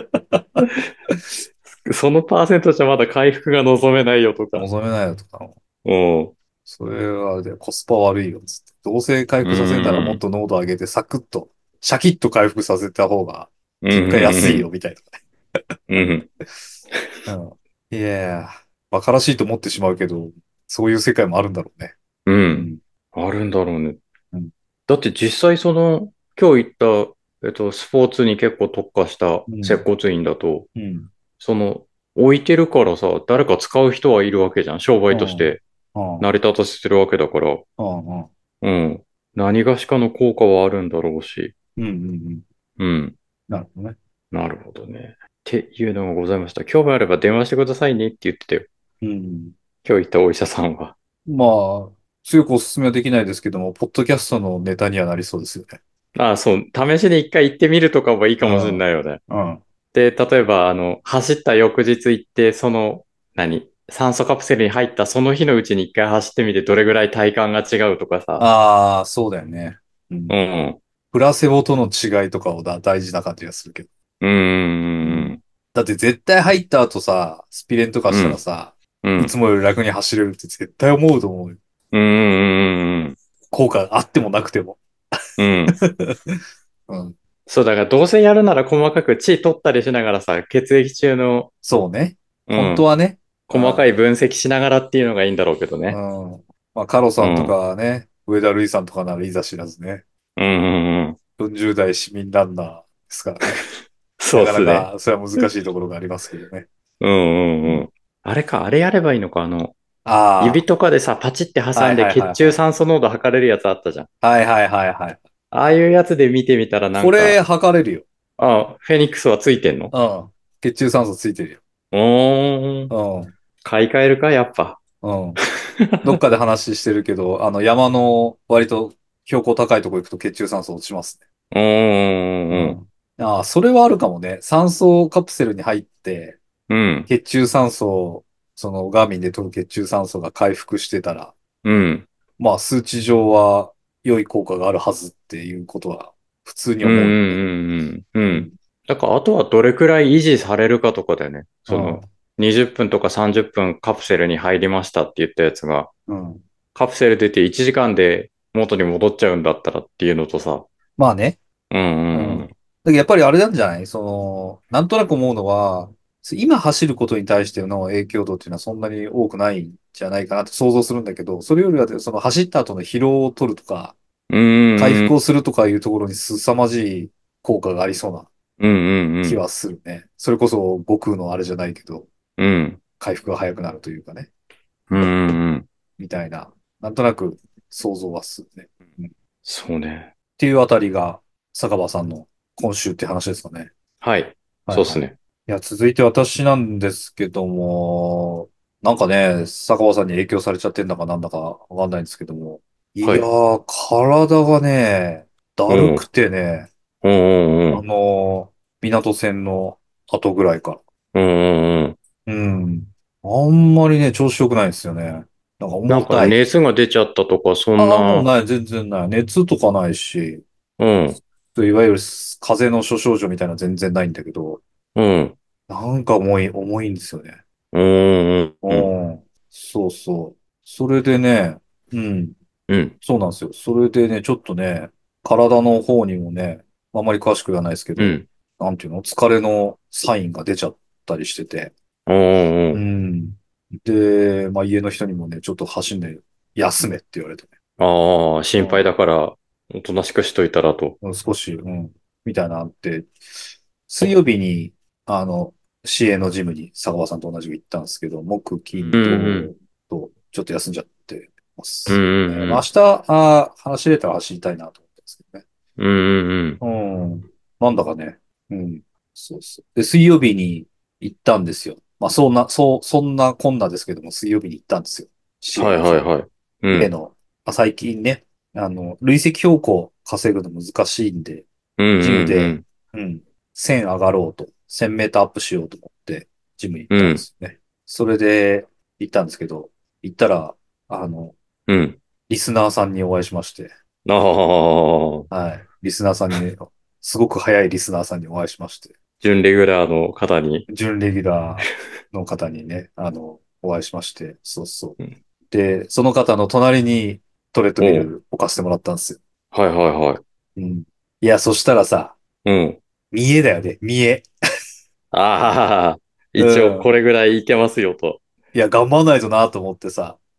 そのパーセントじゃまだ回復が望めないよとか。 望めないよとか。 うん。うそれはあれでコスパ悪いよっつって。どうせ回復させるならもっーん。 と濃度上げてサクッと、シャキッと回復させた方がうん結果安いようんみたいうん。うん。 な。うん。いやー、馬鹿らしいと思ってしまうけど、 そういう世界もあるんだろうね。 ううん。 ん。 あるんだろうね。 うん。 だって実際その、今日言った、えっと、スポーツに結構特化したうん。 接骨院だと、 うん。 その、置いてるからさ、誰か使う人はいるわけじゃん。商売としうん。 てうん。 成り立たせてるわけだから。 うん。 うん。何がしかの効果はあるんだろうし。 うん。うん。 うん。 なるほどね。 なるほどね。っていうのがございました。興味あれば電話してくださいねって言ってたよ。 うん。 今日言ったお医者さんは。 まあ、強くお勧めはできないですけども、ポッドキャストのネタにはなりそうですよね。 ああ、そう。試しに一回行ってみるとかもいいかもしれうん。 ないよね。 うん。 で、例えば、あの、走った翌日行って、その、何酸素カプセルに入ったその日のうちに一回走ってみてどれぐらい体感が違うとかさ。 ああ、そうだよね。うん。 うん。 プラセボとの違いとかをだ大事な感じがするけど。 うーうん。 ん。 だって絶対入った後さ、スピレンとかしたらうん。 さ、 うん。 いつもより楽に走れるって絶対思うと思うよ。 うん。うん。 効果あってもなくても。 うん。 うん。 そう、だからどうせやるなら細かく血取ったりしながらさ、血液中の、 そうね。 うん、 本当はね。う細かいん。 分析しながらっていうのがいいんだろうけどうね。 ん。まあ、カロさんとうん。 かね、上田瑠衣さんとかならいざ知らずね。 うんうんうん。 よんじゅう代市民ランナーですからね。なかなそうっすね。 か、それは難しいところがありますけどね。 うんうんううん。 ん。あれか、あれやればいいのか、あの、指あとかでさ、パチってあ、はいはいは挟んで血いはい。 中酸素濃度測れるやつあったじゃん。 はいはいはいはい。 ああいうやつで見てみたらなんか、 これ測れるよ。 あ、フェニックスはついてんの？ うん。血中酸素ついてるよ。 おーん。 うん。 買い替えるか、やっぱ。 うん。どっかで話してるけど、あの山の割と標高高いとこ行くと血中酸素落ちますね。 うーん。 うん。ああ、それはあるかもね。酸素カプセルに入って、 うん。 血中酸素、そのガーミンで取る血中酸素が回復してたら、 うん。 まあ数値上は良い効果があるはずっていうことは普通にうん。 思うよね。 うん。うん。ううん。 ん。だから、あとはどれくらい維持されるかとかだよね。その、 うん。 にじゅっぷんとかさんじゅっぷんカプセルに入りましたって言ったやつが、 うん。 カプセル出ていちじかんで元に戻っちゃうんだったらっていうのとさ。 まあね。 うんうん。 うんだけどやっぱりあれなんじゃないその、なんとなく思うのは、今走ることに対しての影響度っていうのはそんなに多くないんじゃないかなって想像するんだけど、それよりはその走った後の疲労を取るとか、 うん。うん。 回復をするとかいうところに凄まじい効果がありそうなうんうんうん。 気はするね。それこそ悟空のあれじゃないけど、 うん。 回復が早くなるというかね、 うんうんうん。 みたいな、なんとなく想像はするね。うん、っそうね。 ていうあたりが、坂場さんの今週って話ですかね。 はい。 はいはい。いそうっすね。 や、続いて私なんですけども、なんかね、坂場さんに影響されちゃってんだかなんだかわかんないんですけども、いはい。 やー、体がね、だるくうん。 てね、 うんうんうあん。 のー港線の後ぐらいかうんうんうん。 ら。うん。あんまりね、調子良くないんですよね。なんかなんか重たい。 熱が出ちゃったとか、そんああ、もうな、 ない、全然ない。熱とかないし、 うん、 いわゆる風邪の諸症状みたいなの全然ないんだけど、 うん、 なんか重い、重いんですよね。 うん、うん、 うん。そうそう。それでね、うん。 うん、 そうなんですよ。それでね、ちょっとね、体の方にもね、あんまり詳しくはないですけど、 うん、 なんていうの疲れのサインが出ちゃったりしてて、 うん、ううん。 ん。で、まあ家の人にもね、ちょっと走んで休めって言われてね。 ああ、心配うだから、おとなしくしといたらと。 ん。少し、うん。みたいなのあって、水曜日に、あの、市営のジムに坂場さんと同じく行ったんですけど、木、金、 うん、うん、 土と、ちょっと休んじゃってまうん、 すよね。まあ、明うん、 日、あー走れたら走りたいなと思ってますけどね。 うん、うん、 うん。なんだかね。うん。そうそう。で、水曜日に行ったんですよ。まあ、そんな、そう、そんなこんなですけども、水曜日に行ったんですよ。市営はいのジムに。 はいはい。うん、 例の、まあ、最近ね、あの、累積標高稼ぐの難しいんで、 うん、 ジムで、 うん、 うん、せん上がろうと、せんメーターアップしようと思って、ジムに行っうん、 たんでうん、 すよね。それで、行ったんですけど、行ったら、あの、 うん。 リスナーさんにお会いしまして、 ああ、 はい。リスナーさんに、すごく早いリスナーさんにお会いしまして、 準レギュラーの方に。 準レギュラーの方にね、あの、お会いしまして、そうそう。 うん、 で、その方の隣にトレッドミおう、 ル置かせてもらったんですよ。 はいはいはい。 うん。いや、そしたらさ、 うん。 見えだよね、見え。 ああ、 う一応こん。 れぐらいいけますよと。 いや、頑張んないとなと思ってさ。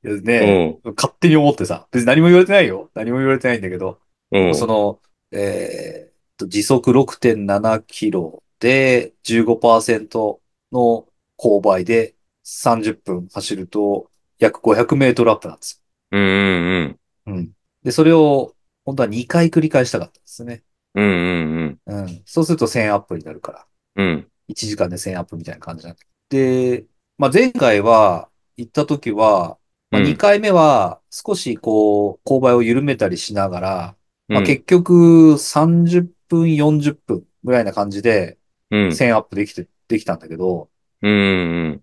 いやね、 うん。 勝手に思ってさ、別に何も言われてないよ。何も言われてないんだけど、でもそうん。 の、えーっと、時速ろくてんななキロでじゅうごパーセントの勾配でさんじゅっぷん走ると約ごひゃくメートルアップなんですうん。うん。 よ。うん。で、それを本当はにかい繰り返したかったんですね。 うん。うん。 うん。そうするとせんアップになるから。 うん。 いちじかんでせんアップみたいな感じなんだで、まあ、前回は、行った時は、まあ、 うん。 にかいめは少しこう、勾配を緩めたりしながら、まあ、 うん。 結局さんじゅっぷん、よんじゅっぷんぐらいな感じでうん。 せんアップできて、できたんだけど、 うん。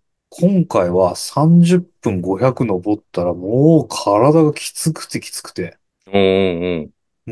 今回はさんじゅっぷんごひゃく登ったらもう体がきつくてきつくて、 おーおー。 うん、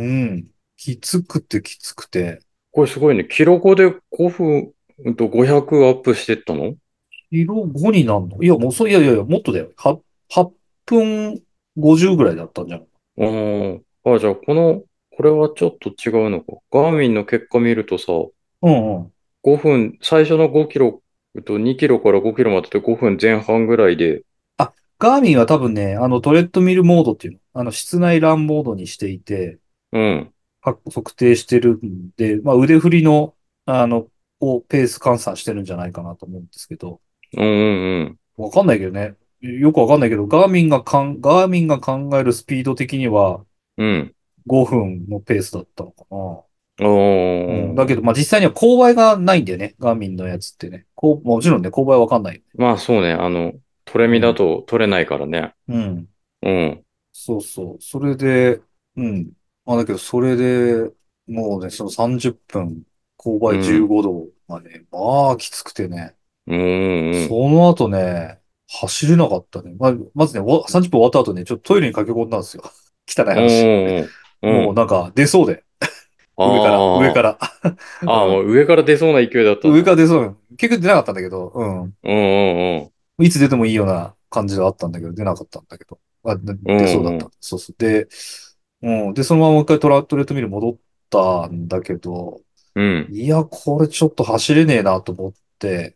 きつくてきつくて、 これすごいね。キロごでごふんうんとごひゃくアップしてったの？ キロごになるのいや、もうそう、いやいやいや、もっとだよ。は、はっぷんごじゅうぐらいだったんじゃん。 あーあ、じゃあこの、これはちょっと違うのか。ガーミンの結果見るとさ、 うんうん。 ごふん、最初のごキロ、えっと、にキロからごキロまででごふんぜん半ぐらいで、 あ、ガーミンは多分ね、あのトレッドミルモードっていうの、あの室内ランモードにしていて、 うん、 は測定してるんで、まあ腕振りの、あの、をペース換算してるんじゃないかなと思うんですけど、 うん、うん、 わかんないけどね。よくわかんないけど、ガーミンがかん、ガーミンが考えるスピード的にはうん、 ごふんのペースだったのかな。 うん。 うん。だおーけど、まあ実際には勾配がないんだよね。ガーミンのやつってね。こう、もちろんね、勾配わかんない。 まあそうね、あの、トレミだうん。 と取れないからね。 うん。 うん、 そうそう。それで、うん。まあだけど、それで、もうね、そのさんじゅっぷん、勾配15 うん、 度がね、まあきつくてね。 うん、うん、 その後ね、走れなかったね。まあ、まずね、わさんじゅっぷん終わった後ね、ちょっとトイレに駆け込んだんですよ。汚いう話。 ん、うん。 もうなんか出そうで。上から、上あから。 あ、ああ、もうん。 う上から出そうな勢いだったん上かだ。 ら出そう。結局出なかったんだけど、うん。 うん、うん、 いつ出てもいいような感じではあったんだけど、出なかったんだけど。あ、でうん、 出そうだうん、 った。そうそう。で、うん。で、そのままもう一回トラ、トレッドミル戻ったんだけど、 うん、 いや、これちょっと走れねえなと思って、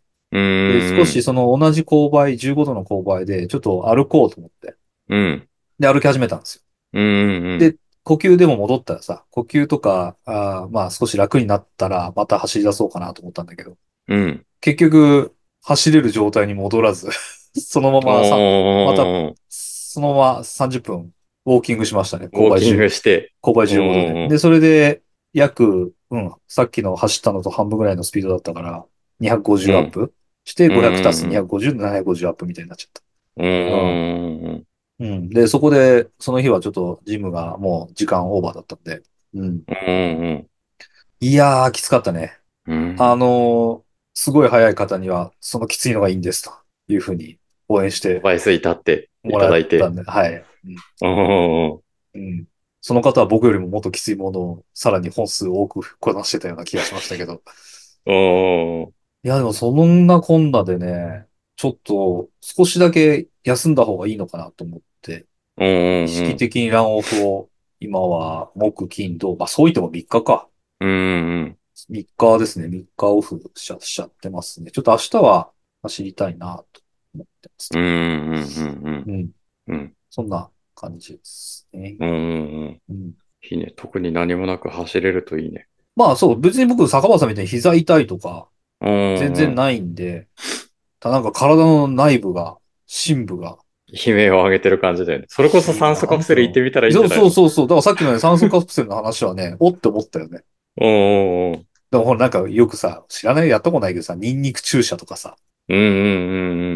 うで、少ん、 しその同じ勾配、じゅうごどの勾配で、ちょっと歩こうと思って、 うん、 で、歩き始めたんですよ。 うん、うん、 で、呼吸でも戻ったらさ、呼吸とか、あーまあ少し楽になったら、また走り出そうかなと思ったんだけど、 うん。 結局、走れる状態に戻らずそのままさ、また、 おー、 そのままさんじゅっぷん、ウォーキングしましたね。勾配ウォーキングじゅう、 して。 勾配おじゅうごどで。 ー、 で、それで、約、うん、さっきの走ったのと半分ぐらいのスピードだったから、にひゃくごじゅうアッうん、 プしてうごひゃく足すん、 にひゃくごじゅう、ななひゃくごじゅうアップみたいになっちゃったう 。うんん、 うん。で、そこで、その日はちょっとジムがもう時間オーバーだったんで、うん。 うん、 いやー、きつかったね。 うん、うあん。 のーすごい速い方には、そのきついのがいいんですというふうに応援してアドバイスいたっていもただいて。 らったんで、はい。うん。 おー、 うん。その方は僕よりももっときついものをさらに本数多くこなしてたような気がしましたけど。 おー、 いや、でもそんなこんなでね、ちょっと少しだけ休んだ方がいいのかなと思って、 うん、 意識うん、 的にランオフを今は木、金、土、まあそう言ってもみっかかか。 うん、うん、 みっかですね。みっかオフしちゃ、しちゃってますね。ちょっと明日は走りたいなと思ってますうん、 ね。 うん、 うん。 うん、 そんな感じですね。 うん、うん。 うん。 いいね。特に何もなく走れるといいね。 まあそう、別に僕、坂場さんみたいに膝痛いとか、 うん、うん。 全然ないんで、ただなんか体の内部が、深部が、 悲鳴を上げてる感じだよね。それこそひ、 酸素カプセル行ってなんていうのみたらいいんそうじゃないの？ そうそうそう。だからさっきのね、酸素カプセルの話はね、おって思ったよね。 うん、うん、 でもほらなんかよくさ、知らない、やったことないけどさ、ニンニク注射とかさ、 うん、うん、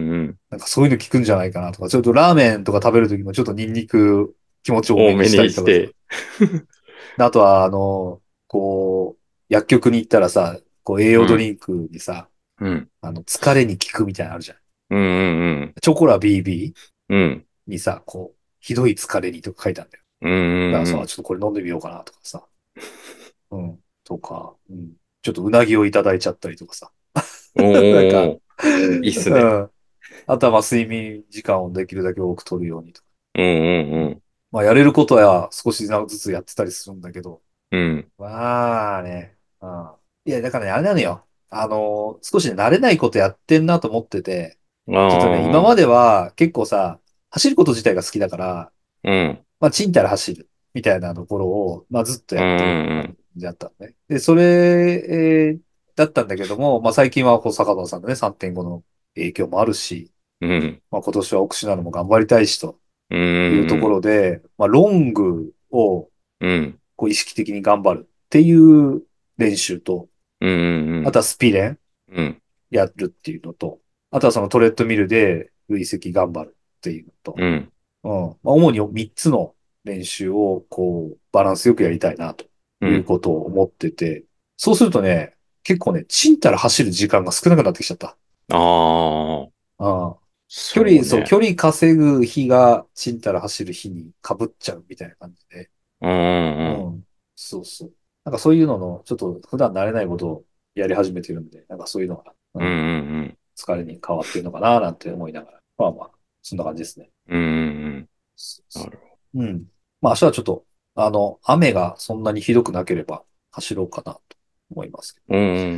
うん、うん。 なんかそういうの効くんじゃないかなとか、ちょっとラーメンとか食べるときもちょっとニンニク気持ち多めにした多めにりとかさ。 して。 であとは、あの、こう、薬局に行ったらさ、こう栄養ドうん、 リンクにさ、 うん、 あの、疲れに効くみたいなのあるじゃん。 うん、うん、 チョコラ ビービーうん、 にさ、こう、ひどい疲れにとか書いてあるんだよ。 うん、うん、うだからさ、 ん。 ちょっとこれ飲んでみようかなとかさ。うん。とか、うん。ちょっとうなぎをいただいちゃったりとかさ。 おなんか、 ー、いいっすね。 うん。あとはまあ睡眠時間をできるだけ多く取るようにとか。 うん、うん、 まあやれることは少しずつやってたりするんだけど。 うん。 まあね。うん。いや、だからね、あれなのよ。あの、少しね慣れないことやってんなと思ってて、 うん。 ちょっとね、 ああ、 今までは結構さ、 走ること自体が好きだから、 うん。 まあ、ちんたら走るみたいなところを、まあ、ずっとうん。 やってるうん。 感じだったのね。で、それ、えーだったんだけども、まあ、最近はこう坂田さんのね、さんてんごの影響もあるし、 うん。 まあ、今年はオクシナルも頑張りたいしとういうとこん。 ろで、まあ、ロングをうん。 こう意識的に頑張るっていう練習と、 うん。 あとはスピレンうん。 やるっていうのと、あとはそのトレッドミルで累積頑張るっていうのと、 うん。 うん。まあ、主にみっつの練習をこうバランスよくやりたいなといううん。 ことを思ってて、そうするとね、結構ね、ちんたら走る時間が少なくなってきちゃった。 ああ、 ああ。距離、そう、 そうね。 距離稼ぐ日がちんたら走る日に被っちゃうみたいな感じで。 うん。 うん。そうそう。なんかそういうのの、ちょっと普段慣れないことをやり始めてるんで、なんかそういうのが、ううん。 ん、 うん。 疲れに変わってるのかななんて思いながら。まあまあ、そんな感じですね。 うん。うん。 そうそなるほううん。まあ明日はちょっと、あの、雨がそんなにひどくなければ走ろうかなと思いますけど。 ど。うん。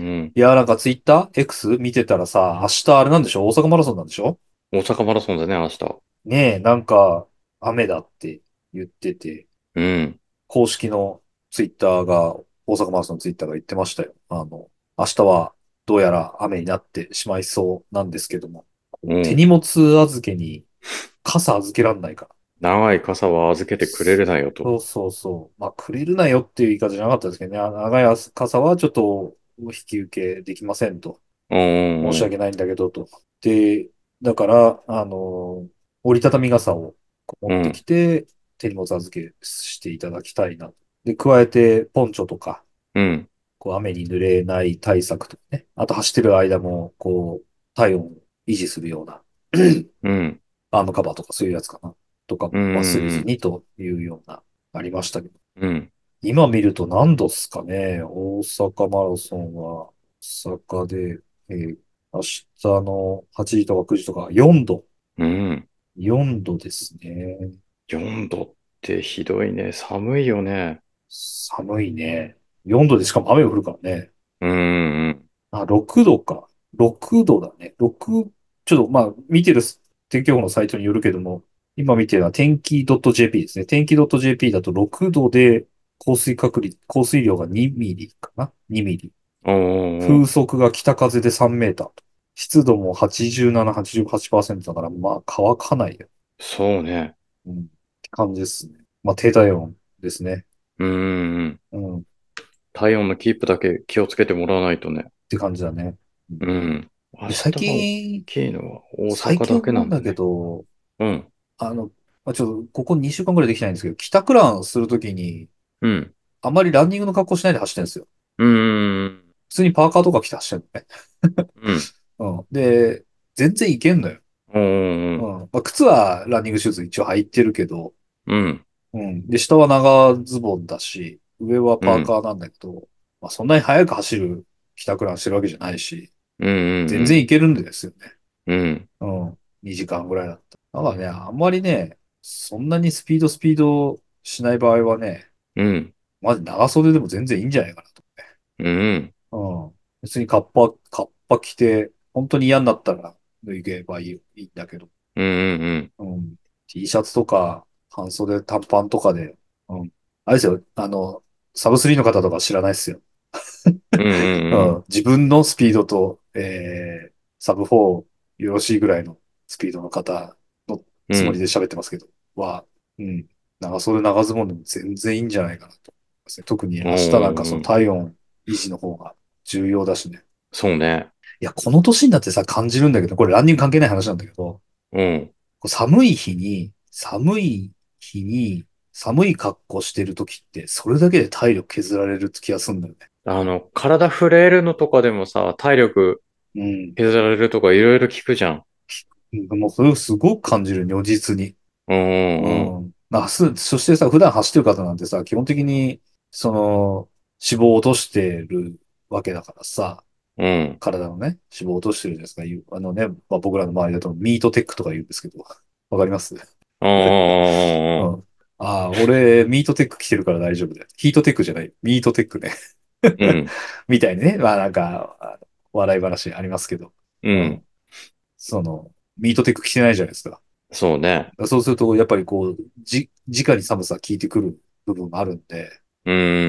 うん。 いや、なんかツイッター X 見てたらさ、明日あれなんでしょ大阪マラソンなんでしょ大阪マラソンだね、明日。 ねえ、なんか雨だって言ってて、 うん。 公式のツイッターが、大阪マラソンのツイッターが言ってましたよ。あの、明日はどうやら雨になってしまいそうなんですけども、 うん。 手荷物預けに傘預けらんないか長い傘は預けてくれるなよと。 そうそうそう。まあ、くれるなよっていう言い方じゃなかったですけどね。あ長い傘はちょっとお引き受けできませんと。 うん。うん。 申し訳ないんだけどと。で、だから、あの、折りたたみ傘を持ってきうん。 て、手荷物預けしていただきたいな。で、加えて、ポンチョとか、 うん。 こう雨に濡れない対策とかね。あと走ってる間も、こう、体温を維持するような、 うん。 アームカバーとかそういうやつかな。とかうも忘れずん。 にというような、ありましたけど。 うん。 今見ると何度っすかね。大阪マラソンは、大阪で、えー明日のはちじとかくじとかよんど。 うん。 よんどですね。 よんどってひどいね。寒いよね。 寒いね。よんどでしかも雨が降るからね。 うん。 あ、ろくどか。ろくどだね。ろく、ちょっとまあ見てる天気予報のサイトによるけども、今見てるのは天気 .jp ですね。天気 .jp だとろくどで降水確率、降水量がにミリかな？ に ミリ。 うん。う風ん。 速が北風でさんメーターと。湿度もはちじゅうなな、はちじゅうはちパーセントだから、まあ乾かないよ。 そうね。 うん。って感じですね。まあ低体温ですね。 うん。 うん。っ体温のキープだけ気をつけてもらわないとね。 て感じだね。うん、 うん。明で、最日が大近、 きいのは大最阪だけ近思うんだなんだね。 けど、 うん。 あの、まあ、ちょっと、ここにしゅうかんぐらいできてないんですけど、帰宅ランするときに、 うん。 あんまりランニングの格好しないで走ってるんですよ。 うん。 普通にパーカーとか着て走ってるうん。 のね。うん。で、全然いけんのよ。 うん。 うん。まあ、靴はランニングシューズ一応履いてるけど、 うん。 うん。で、下は長ズボンだし、上はうん。 パーカーなんだけど、まあ、そんなに速く走る帰宅ランしてるわけじゃないし、 うん。 全然いけるんですよね。 うん。 うん。にじかんぐらいだった。だからね、あんまりね、そんなにスピードスピードしない場合はね、 うん。 まじ長袖でも全然いいんじゃないかなうん。 と。うん。別にカッパ、カッパ着て、本当に嫌になったら脱いげばいい、いいんだけど。 うん。 うん。T シャツとか、半袖短パンとかで、うん。あれですよ、あの、サブスリーの方とか知らないっすよ。 うん。 ううん。 ん。自分のスピードと、えー、サブフォーよろしいぐらいのスピードの方のうん。 つもりで喋ってますけど、は、うん。長袖長ズボンでも全然いいんじゃないかなと思いますね。特にう明日なんかそのん。 体温維持の方が重要だしね。 そうね。 いや、この年になってさ、感じるんだけど、これランニング関係ない話なんだけど、 うん。 こう寒い日に、寒い日に、寒い格好してる時って、それだけで体力削られる気がするんだよね。 あの、体震えるのとかでもさ、体力うん。 削られるとかいろいろ聞くじゃん。 もうそれをすごく感じる、如実に。 うん。うん。 うん。あ、す、そしてさ、普段走ってる方なんてさ、基本的に、その、脂肪を落としてるわけだからさ、 うん。 体のね、脂肪を落としてるじゃないですか。言うあのね、まあ、僕らの周りだとミートテックとか言うんですけど、わかります？ うん。うん。 うん。ああ、俺、ミートテック着てるから大丈夫だよ。ヒートテックじゃない。ミートテックね。 うん。 みたいにね。まあなんか、あの笑い話ありますけど。 うん。 うん。その、ミートテック着てないじゃないですか。 そうね。 そうすると、やっぱりこう、じ、直に寒さ効いてくる部分があるんで、やっうん、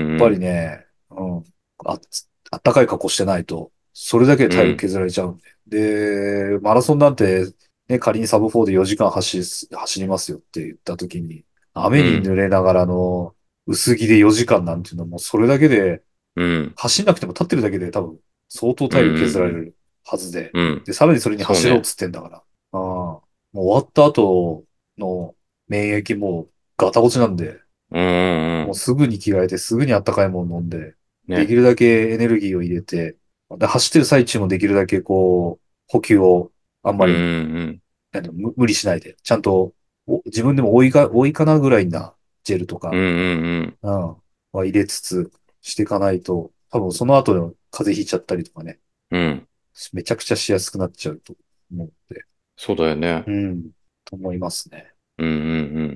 うぱりん、 ね、うん、あ、あったかい格好してないと、それだけでうん、 体力削られちゃうんで。で、マラソンなんて、ね、仮にサブフォーでよじかん走り、走りますよって言った時に、雨にうん、 濡れながらの薄着でよじかんなんていうのはもうそれだけで、 うん、 走んなくても立ってるだけで多分相当うん、 体力削られうん、 るはずで。 うん。 で、さらにそれにそうね。 走ろうっつってんだから。ああ、もう終わった後の免疫もうガタ落ちなんで、 うん、うん、うん。 もうすぐに着替えてすぐにあったかいもの飲んで、できね。 るだけエネルギーを入れて、で、走ってる最中もできるだけこう、補給をあんうん、 まりうん、 なんだろう無無理しないで、ちゃんとお自分でも多いか、多いかなぐらいなジェルとうん、 か、 うん、 うん、は入れつつしていかないと、多分その後の風邪ひいちゃったりとかね、 うん。うん。 めちゃくちゃしやすくなっちゃうと思って、 そうだよね。 うん、と思いますね。 うん、うん、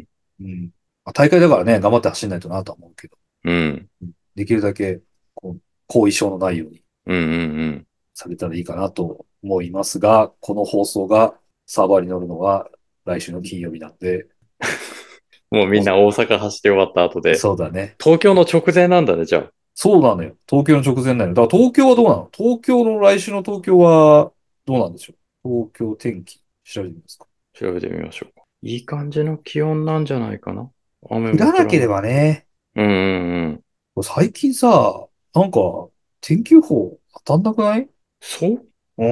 うん。まあ、大会だからね、頑張って走んないとなとは思うけど、 うん。うん、 うんできるだけ、こう、後遺症のないようにうん、うん、うん。 されたらいいかなと思いますが、この放送がサーバーに乗るのは来週の金曜日なんで、 もうみんな大阪走って終わった後おで、 そうだね。 東京の直前なんだね、じゃあ。 そうなのよ。東京の直前なのよ。だから東京はどうなの？東京の来週の東京はどうなんでしょう？東京天気調べてみますか？ 調べてみましょうか。いい感じの気温なんじゃないかな。雨降もらなけれ降らなく。 ばね。 うん、うん、うん。 最近さ、なんか天気予報当たんなくない？ そう。 うん。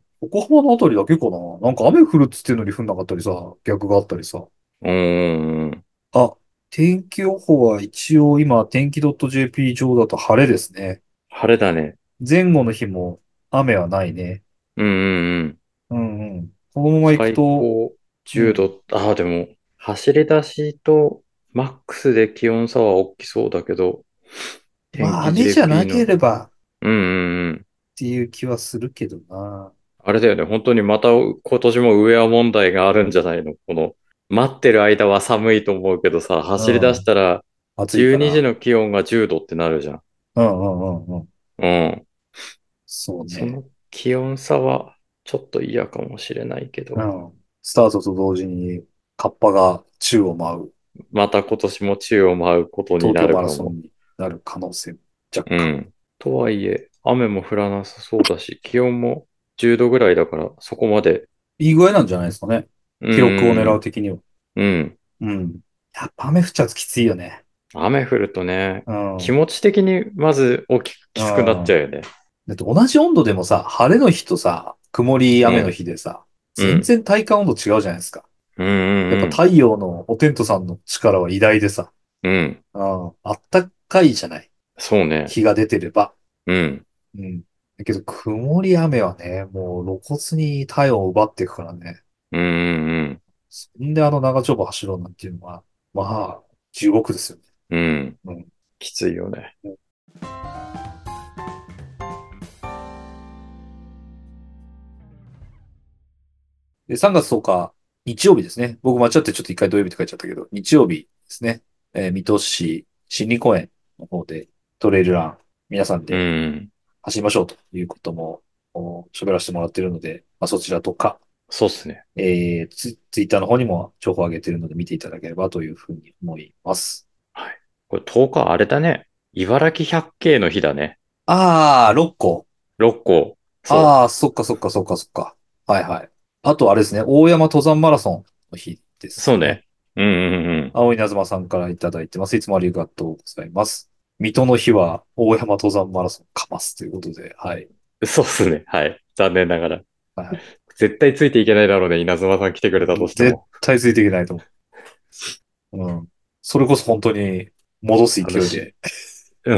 横浜のあたりだけかな。なんか雨降るっつってんのに降んなかったりさ、逆があったりさ。 うん、うん。 あ、天気予報は一応今天気 .jp 上だと晴れですね。 晴れだね。 前後の日も雨はないね。 うん、うん、うん。 うんうん。このまま行く最と、 高10 うん。 度。ああ、でも、走り出しとマックスで気温差は大きそうだけど、天まあ気雨じゃなジェーピー の、 ければっうんうんうん。 ていう気はするけどな。 あれだよね。本当にまた今年もウェア問題があるんじゃないの？この、待ってる間は寒いと思うけどさ、走り出しうん。 たら12 暑いから。 時の気温がじゅうどってなるじゃん。 うんうんうんうん。 うん。 そうね。 その気温差はちょっと嫌かもしれないけど、 うん。スタートと同時に、カッパが宙を舞うまた今年も宙を舞うことにな東京マるかも。 ラソンになる可能性も若干。 うん。とはいえ、雨も降らなさそうだし、気温もじゅうどぐらいだから、そこまで。 いい具合なんじゃないですかね。 う記録を狙うん、 的には。 うん。 うん。やっぱ雨降っちゃうときついよね。 雨降るとね、 うん。う気持ち的にまず大きくきつくなっちゃん。 うよね。 だって同じ温度でもさ、晴れの日とさ、曇り雨のうん、 日でさ、 うん、 全然体感温度違うじゃないですか。 うん、 やっぱうん、 太陽のお天道さんの力は偉大でさ、 うん、うん。 うん、あったかいじゃない。 そうね。 日が出てれば。 うん、 うん。だけど、曇り雨はね、もう露骨に体温を奪っていくからね。 うん、うん、 そんであの長丁場走ろうなんていうのは、まあ、地獄ですよね。 うん。 うん。 きついよね。 で、さんがつとおか、日曜日ですね。僕間違ってちょっと一回土曜日って書いちゃったけど、日曜日ですね。えー水戸市森林公園の方でトレイルラン、皆さんうでん。 走りましょうということも、お喋らせてもらっているので、まあ、そちらとか、 そうっすね。 えーツ、ツイッターの方にも情報を上げているので見ていただければというふうに思います。 はい。これとおかあれだね。茨城百景の日だね。 あー、ろっこ。 ろっこ。そあー、そっかそっかそっかそっか。はいはい。あとあれですね、大山登山マラソンの日でう。 すね。 そうね。うんうんうん青いなずまさんからいただいてます。いつもありがとうございます。水戸の日は大山登山マラソンかますということで、はい。 うん。そうっすね。はい。残念ながら。 はい。 絶対ついていけないだろうね。稲妻さん来てくれたとして絶も。 対ついていけないと思う。うん。それこそ本当に戻すあのし、 勢いで、 うん。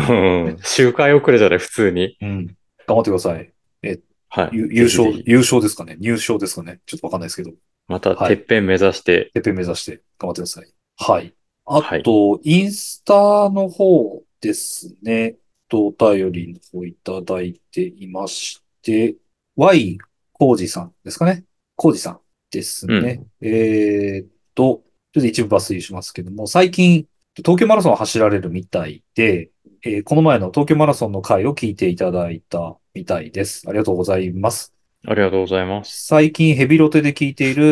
周回遅れじゃない、普通に。 うん。頑張ってください。え、 はい。 ゆ優勝、 ぜひぜひ。 優勝ですかね？入賞ですかね？ちょっとわかんないですけど。 また、 はい。 てっぺん目指して。 てっぺん目指して頑張ってください。はい。あはい。 と、インスタの方ですね。と、お便りの方いただいていまして、Y コウジさんですかね。コウジさんですうん。 ね。えーっと、ちょっと一部抜粋しますけども、最近、東京マラソンを走られるみたいで、えーこの前の東京マラソンの回を聞いていただいたみたいです。ありがとうございます。 ありがとうございます。 最近ヘビロテで聞いている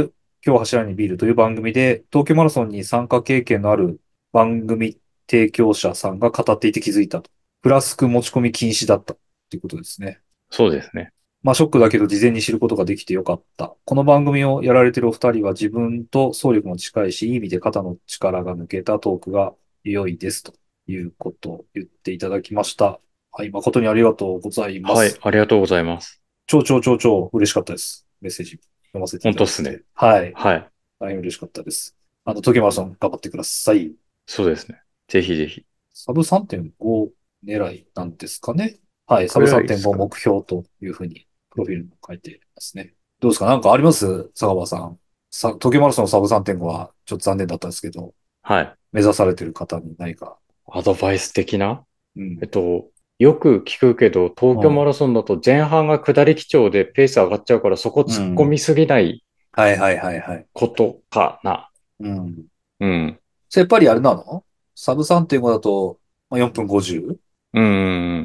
今日走らないビールという番組で、東京マラソンに参加経験のある番組提供者さんが語っていて気づいたと。フラスク持ち込み禁止だったということですね。 そうですね。 まあショックだけど事前に知ることができてよかった。この番組をやられているお二人は自分と走力も近いし、いい意味で肩の力が抜けたトークが良いですということを言っていただきました。はい、誠にありがとうございまはい、 す。 ありがとうございます。 超超超超嬉しかったです。メッセージ読ませてい本ただいて。 当っすね。 はい。 はい。 大変嬉しかったです。あの、時マラソン頑張ってください。 そうですね。ぜひぜひ。 サブさんてんご狙いなんですかね。はい。サぐブらいですかね。 さんてんご目標というふうに、プロフィールに書いてますね。どうですかなんかあります坂場さん。さ、東京マラソンサブさんてんごはちょっと残念だったんですけど、 はい。 目指されてる方に何か。 アドバイス的なうん。 えっと、よく聞くけど、東京マうん。 ラソンだと前半が下り基調でペース上がっちゃうからそこ突っ込うん。 みすぎないはいはいはいはい。 ことかな。 うん。 うん。 それやっぱりあれなのサブさんてんごだと、まあ、よんぷんごじゅう？ うん。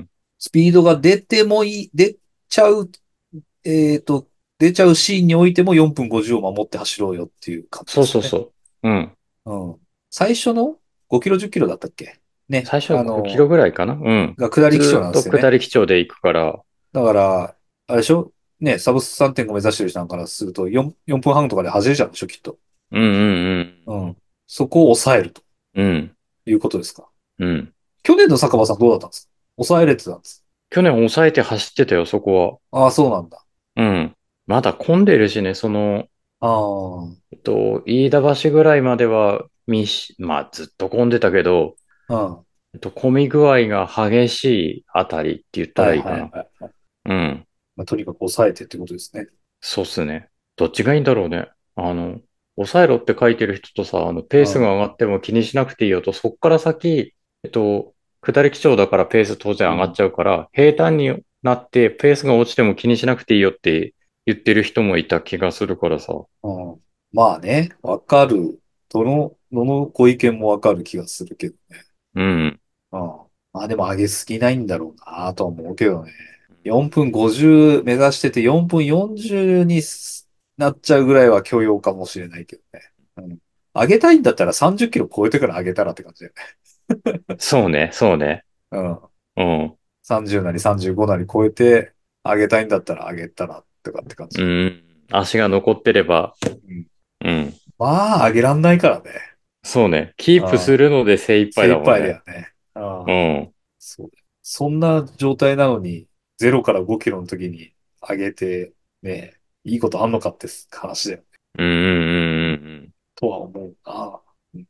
スピードが出てもいい、出ちゃう、えっと、出ちゃうシーンにおいてもよんぷんごじゅうを守って走ろうよっていう感じですよね。 そうそうそう。うん。 うん。最初のごキロ、じゅっキロだったっけね。 最初はごキロあの、 ぐらいかな。うん。 が下り基調ずーっとなんですよね。 下り基調で行くから。 だから、あれでしょね、サブさんてんご目指してる人なんからするとよん、よんぷんはんとかで走れちゃうんでしょきっと。 うんうんうん。そこを抑えるとうん。うん。 いうことですか。 うん。 去年の坂場さんどうだったんですか？抑えれてたんです去年抑えて走ってたよ、そこか？ああ、そうなんだ。 は。うん。まだ混んでるしね、その、 ああ、 えっと、飯田橋ぐらいまでは、みし、まあずっと混んでたけど、 うん。はえっと、混み具合が激しいあたりって言っいはいたらいいかな。 はい。 うん。 まあ、とにかく抑えてってことですね。 そうっすね。どっちがいいんだろうね。あの、抑えろって書いてる人とさ、あの、ペースうん。 が上がっても気にしなくていいよと、そっから先、えっと、下り基調だからペース当然上がっうん。 ちゃうから、平坦になってペースが落ちても気にしなくていいよって言ってる人もいた気がするからさ。 うん。まあね、わかる。どの、どのご意見もわかる気がするけどね。 うん。 うん。まあでも上げすぎないんだろうなとは思うけどね。よんぷんごじゅう目指しててよんぷんよんじゅうになっちゃうぐらいは許容かもしれないけどね。うん。上げたいんだったらさんじゅっキロ超えてから上げたらって感じだよね。 そうね、そうね。 うん。 うん。 さんじゅうなりさんじゅうごなり超えて上げたいんだったら上げたらとかって感じ。 うん。足が残ってれば、 うん。 うん。 まあ上げらんないからね。 そうね。キープすああ、 るので精一杯精一杯だだもんね。 よね。ああ、 うん。 そう。そんな状態なのに、ゼロからごキロの時に上げて、ね、いいことあんのかって話だよ。 うんうんうんうんうん。 とは思うな。うん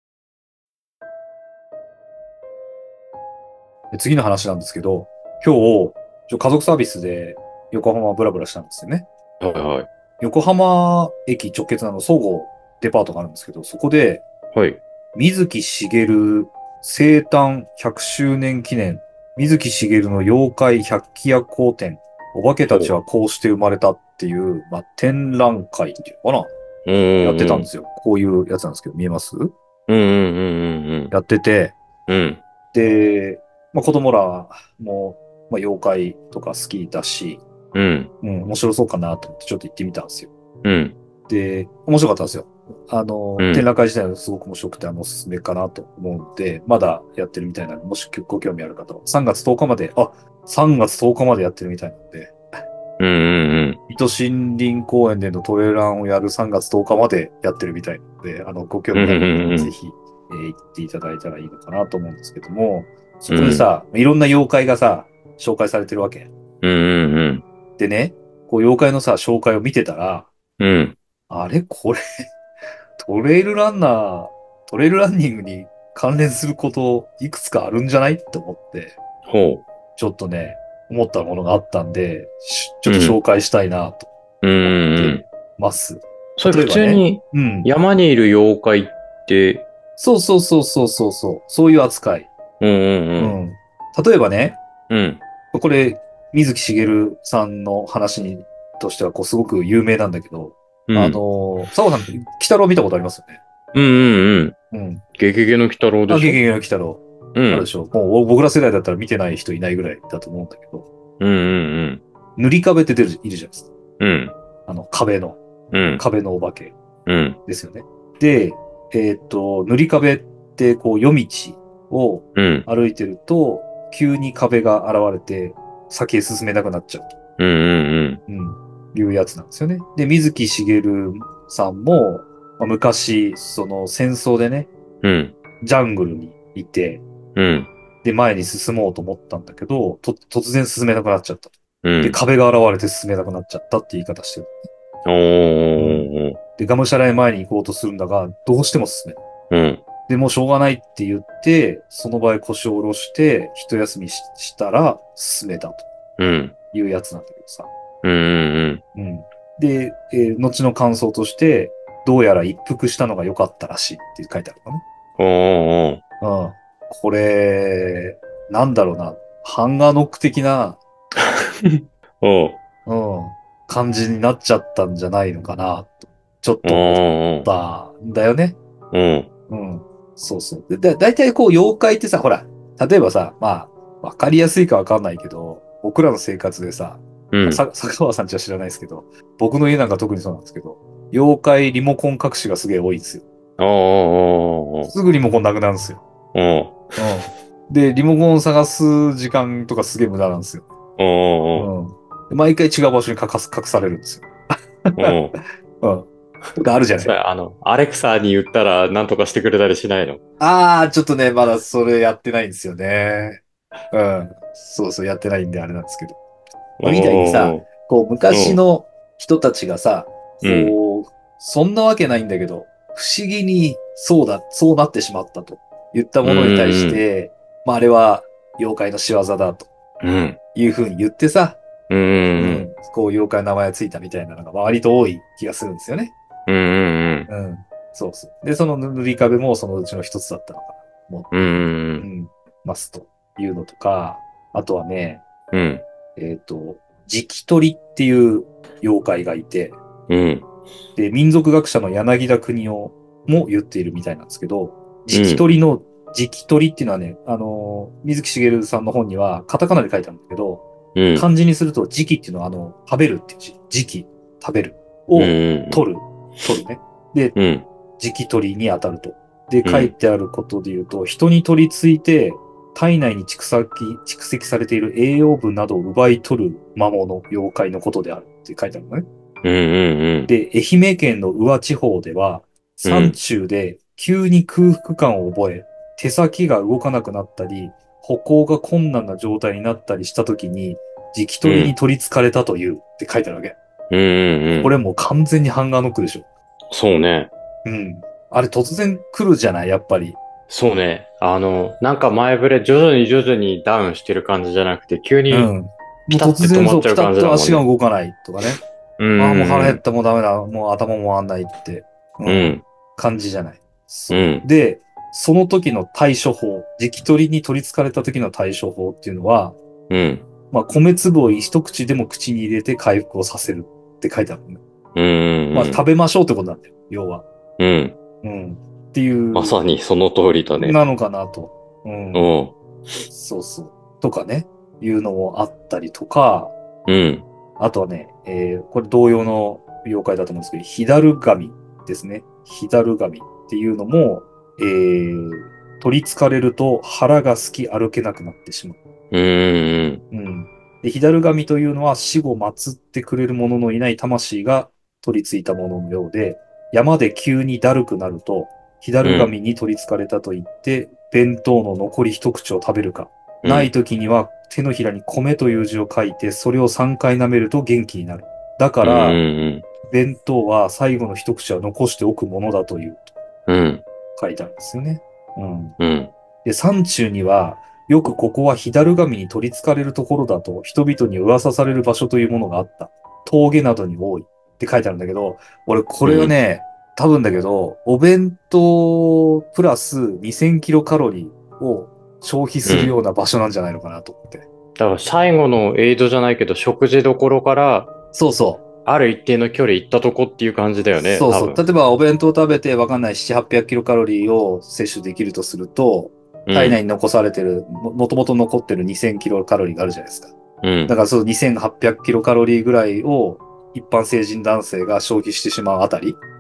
で次の話なんですけど、今日、ちょ家族サービスで横浜ブラブラしたんですよね。 はいはい。 横浜駅直結なの、総合デパートがあるんですけど、そこで、 はい。 水木しげる生誕ひゃくしゅうねん記念、水木しげるの妖怪百鬼夜行展、お化けたちはほう。 こうして生まれたっていう、まあ、展覧会っていうのかうんなやってたうんうん。 んですよ。こういうやつなんですけど、見えますうんうんうんうんやってて、 うん。うん。 で、まあ、子供らも、まあ、妖怪とか好きだし、 うん。 うん、面白そうかなと思ってちょっと行ってみたんですよ。 うん。 で、面白かったんですよ。あの、展うん。 覧会自体はすごく面白くて、あの、おすすめかなと思うので、まだやってるみたいなので、もしご興味ある方は、さんがつとおかまで、あ、さんがつとおかまでやってるみたいなので、 うんうん水戸森林公園でのトレランをやるさんがつとおかまでやってるみたいなので、あの、ご興うん。うん味ある方うんうんはぜひ、えー行っていただいたらいいのかなと思うんですけども、そうん。うん。 こでさ、いろんな妖怪がさ、紹介されてるわけ。 うんうんでね、こう、妖怪のさ、紹介を見てたら、 うん。うん。 あれこれトレイルランナー、トレイルランニングに関連することいくつかあるんじゃないって思って、 ほちょっとね、思ったものがあったんで、しちょう。 っとうん。 紹介したいなとうん思っうんうん。 てます。 それ普例えばね、 通にうん。 山にいる妖怪って、 そうそうそうそうそうそう、そういう扱い。 うんうんうん。 うん。例えばね、 うん。 これ、水木しげるさんの話にとしては、こう、すごく有名なんだけど、あうん。 の、佐藤さん、鬼太郎見たことありますよね。 うんうんうん。 うん。 ゲゲゲの鬼太郎であ、 しょ？ ゲゲゲの鬼太郎。 うん。 あるでしょ。もう僕ら世代だったら見てない人いないぐらいだと思うんだけど、 うんうん塗り壁って出る、いるじゃないですか。 うん。 あの、壁の、 うん。 壁のお化け。 うん。 ですよね。で、えっと、塗り壁ってこう夜道をうん。 歩いてると、急に壁が現れて先へ進めなくなっちゃうと。 うんうんうん。いうやつなんですよね。で、水木しげるさんも、まあ昔、その戦争でね、 うん。うん。 ジャングルにいて、 うん。 で、前に進もうと思ったんだけど、と、突然進めなくなっちゃったと。で、 うん。 壁が現れて進めなくなっちゃったって言い方してる。 おー。 で、がむしゃらに前に行こうとするんだが、どうしても進めない。 うん。 で、もうしょうがないって言って、その場合腰を下ろして、一休みししたら進めたとうん。 いうやつなんだけどさ。 うんうんうん。で、えー後の感想として、どうやら一服したのが良かったらしいって書いてあるのね。 うん。おー。 うん。これ、なんだろうな。ハンガーノック的な、 おー。 うん、感じになっちゃったんじゃないのかな、と、ちょっと思っおー。 たんだよね。 うん。 うん。そうそう。で、だ、だいたいこう、妖怪ってさ、ほら、例えばさ、まあ、わかりやすいかわかんないけど、僕らの生活でさ、 うん。 さ、坂川さんちは知らないですけど、僕の家なんか特にそうなんですけど、妖怪リモコン隠しがすげえ多いんですよ。 おーおーおーすぐリモコンなくなるんですよ。 おー。 うん。で、リモコンを探す時間とかすげえ無駄なんですよ。 おーおうん。で毎回違う場所に隠す、隠されるんですよ。 ーおー。 うん。とかあるじゃない。 それ、あの、アレクサに言ったら何とかしてくれたりしないの？ ああ、ちょっとね、まだそれやってないんですよね。うん。そうそう、やってないんであれなんですけど。まあ、みたいにさ、 おーこう、昔の人たちがさ、 うん。 こう、そんなわけないんだけど、不思議にそうだ、そうなってしまったと言ったうんものに対しうんて、まあ、あれは妖怪の仕業だとうん。 いうふうに言ってさ、 うんうんうん。 うん、こう、妖怪の名前がついたみたいなのが割と多い気がするんですよね。 うんうんうん。そうそう。で、その塗り壁もそのうちの一つだったのかな。もうん。うう、 んうん、ますというのとか、あとはね、 うん。 えっと、磁気取りっていう妖怪がいて、 うん。 で、民族学者の柳田国夫も言っているみたいなんですけど、磁気うん。 取りの、磁気取りっていうのはね、あのー、水木しげるさんの本にはカタカナで書いてあるんだけど、 うん。 漢字にすると磁気っていうのはあの、食べるっていう字、磁気、食べるうをん。 取る、取るね。で、 うん。 磁気取りに当たると。で、 うん。 書いてあることで言うと、人に取り付いて、体内に蓄積、蓄積されている栄養分などを奪い取る魔物、妖怪のことであるって書いてあるのね。 うん。うん。 で、愛媛県の宇和地方では、山中で急に空腹感を覚え、手先が動かなくなったり、歩行が困難な状態になったりしたときに、磁気取りに取り憑かれたというって書いてあるわけ。 うん。うん。 これもう完全にハンガーノックでしょ。 そうね。 うん。あれ突然来るじゃない、やっぱり。 そうね。あの、なんか前触れ徐々に徐々にダウンしてる感じじゃなくて、急にうん。もうピタって突然そう、 止まっちゃう感じピタッとだもんね。 足が動かないとかね。 うああ、もう腹減ん。 った、もうダメだ、もう頭も回んないって、うん、 うん。 感じじゃない。そう。 うん。 で、その時の対処法、磁気取りに取り憑かれた時の対処法っていうのは、 うん。 まあ、米粒を一口でも口に入れて回復をさせるって書いてあるのね。 うん。 まあ、食べましょうってことなんだよ、要は。 うん。 うん。っていう、 まさにその通りだね。 なのかなと。うん。 うん。 そうそう。とかね、いうのもあったりとか、 うん。 あとはね、えー、これ同様の妖怪だと思うんですけど、ヒダルガミですね。ヒダルガミっていうのも、えー、取り憑かれると腹が空き歩けなくなってしまう。 うん。 うん。で、ヒダルガミというのは死後祀ってくれる者のいない魂が取り付いたもののようで、山で急にだるくなると、ヒダルガミに取り憑かれたと言って、弁当の残り一口を食べるか。 うん。 ない時には手のひらに米という字を書いて、それをさんかい舐めると元気になる。だかうん。 ら、 うん。 弁当は最後の一口は残しておくものだという、 うん。 書いてあるんですよね。うん。 うん。 で、山中には、よくここはヒダルガミに取り憑かれるところだと、人々に噂される場所というものがあった。峠などに多いって書いてあるんだけど、俺これはね、多分だけど、お弁当プラスにせんキロカロリーを消費するような場所なんじゃないのかなと思って。 だから最後のエイドじゃないけど、食事どころから、 そうそう。 ある一定の距離行ったとこっていう感じだよね、 そうそう。 多分。 例えばお弁当食べてわかんないななひゃく、はっぴゃくキロカロリーを摂取できるとすると、 うん。 体内に残されてる、も、もともと残ってるにせんキロカロリーがあるじゃないですか。 うん。 だからそのにせんはっぴゃくキロカロリーぐらいを一般成人男性が消費してしまうあたり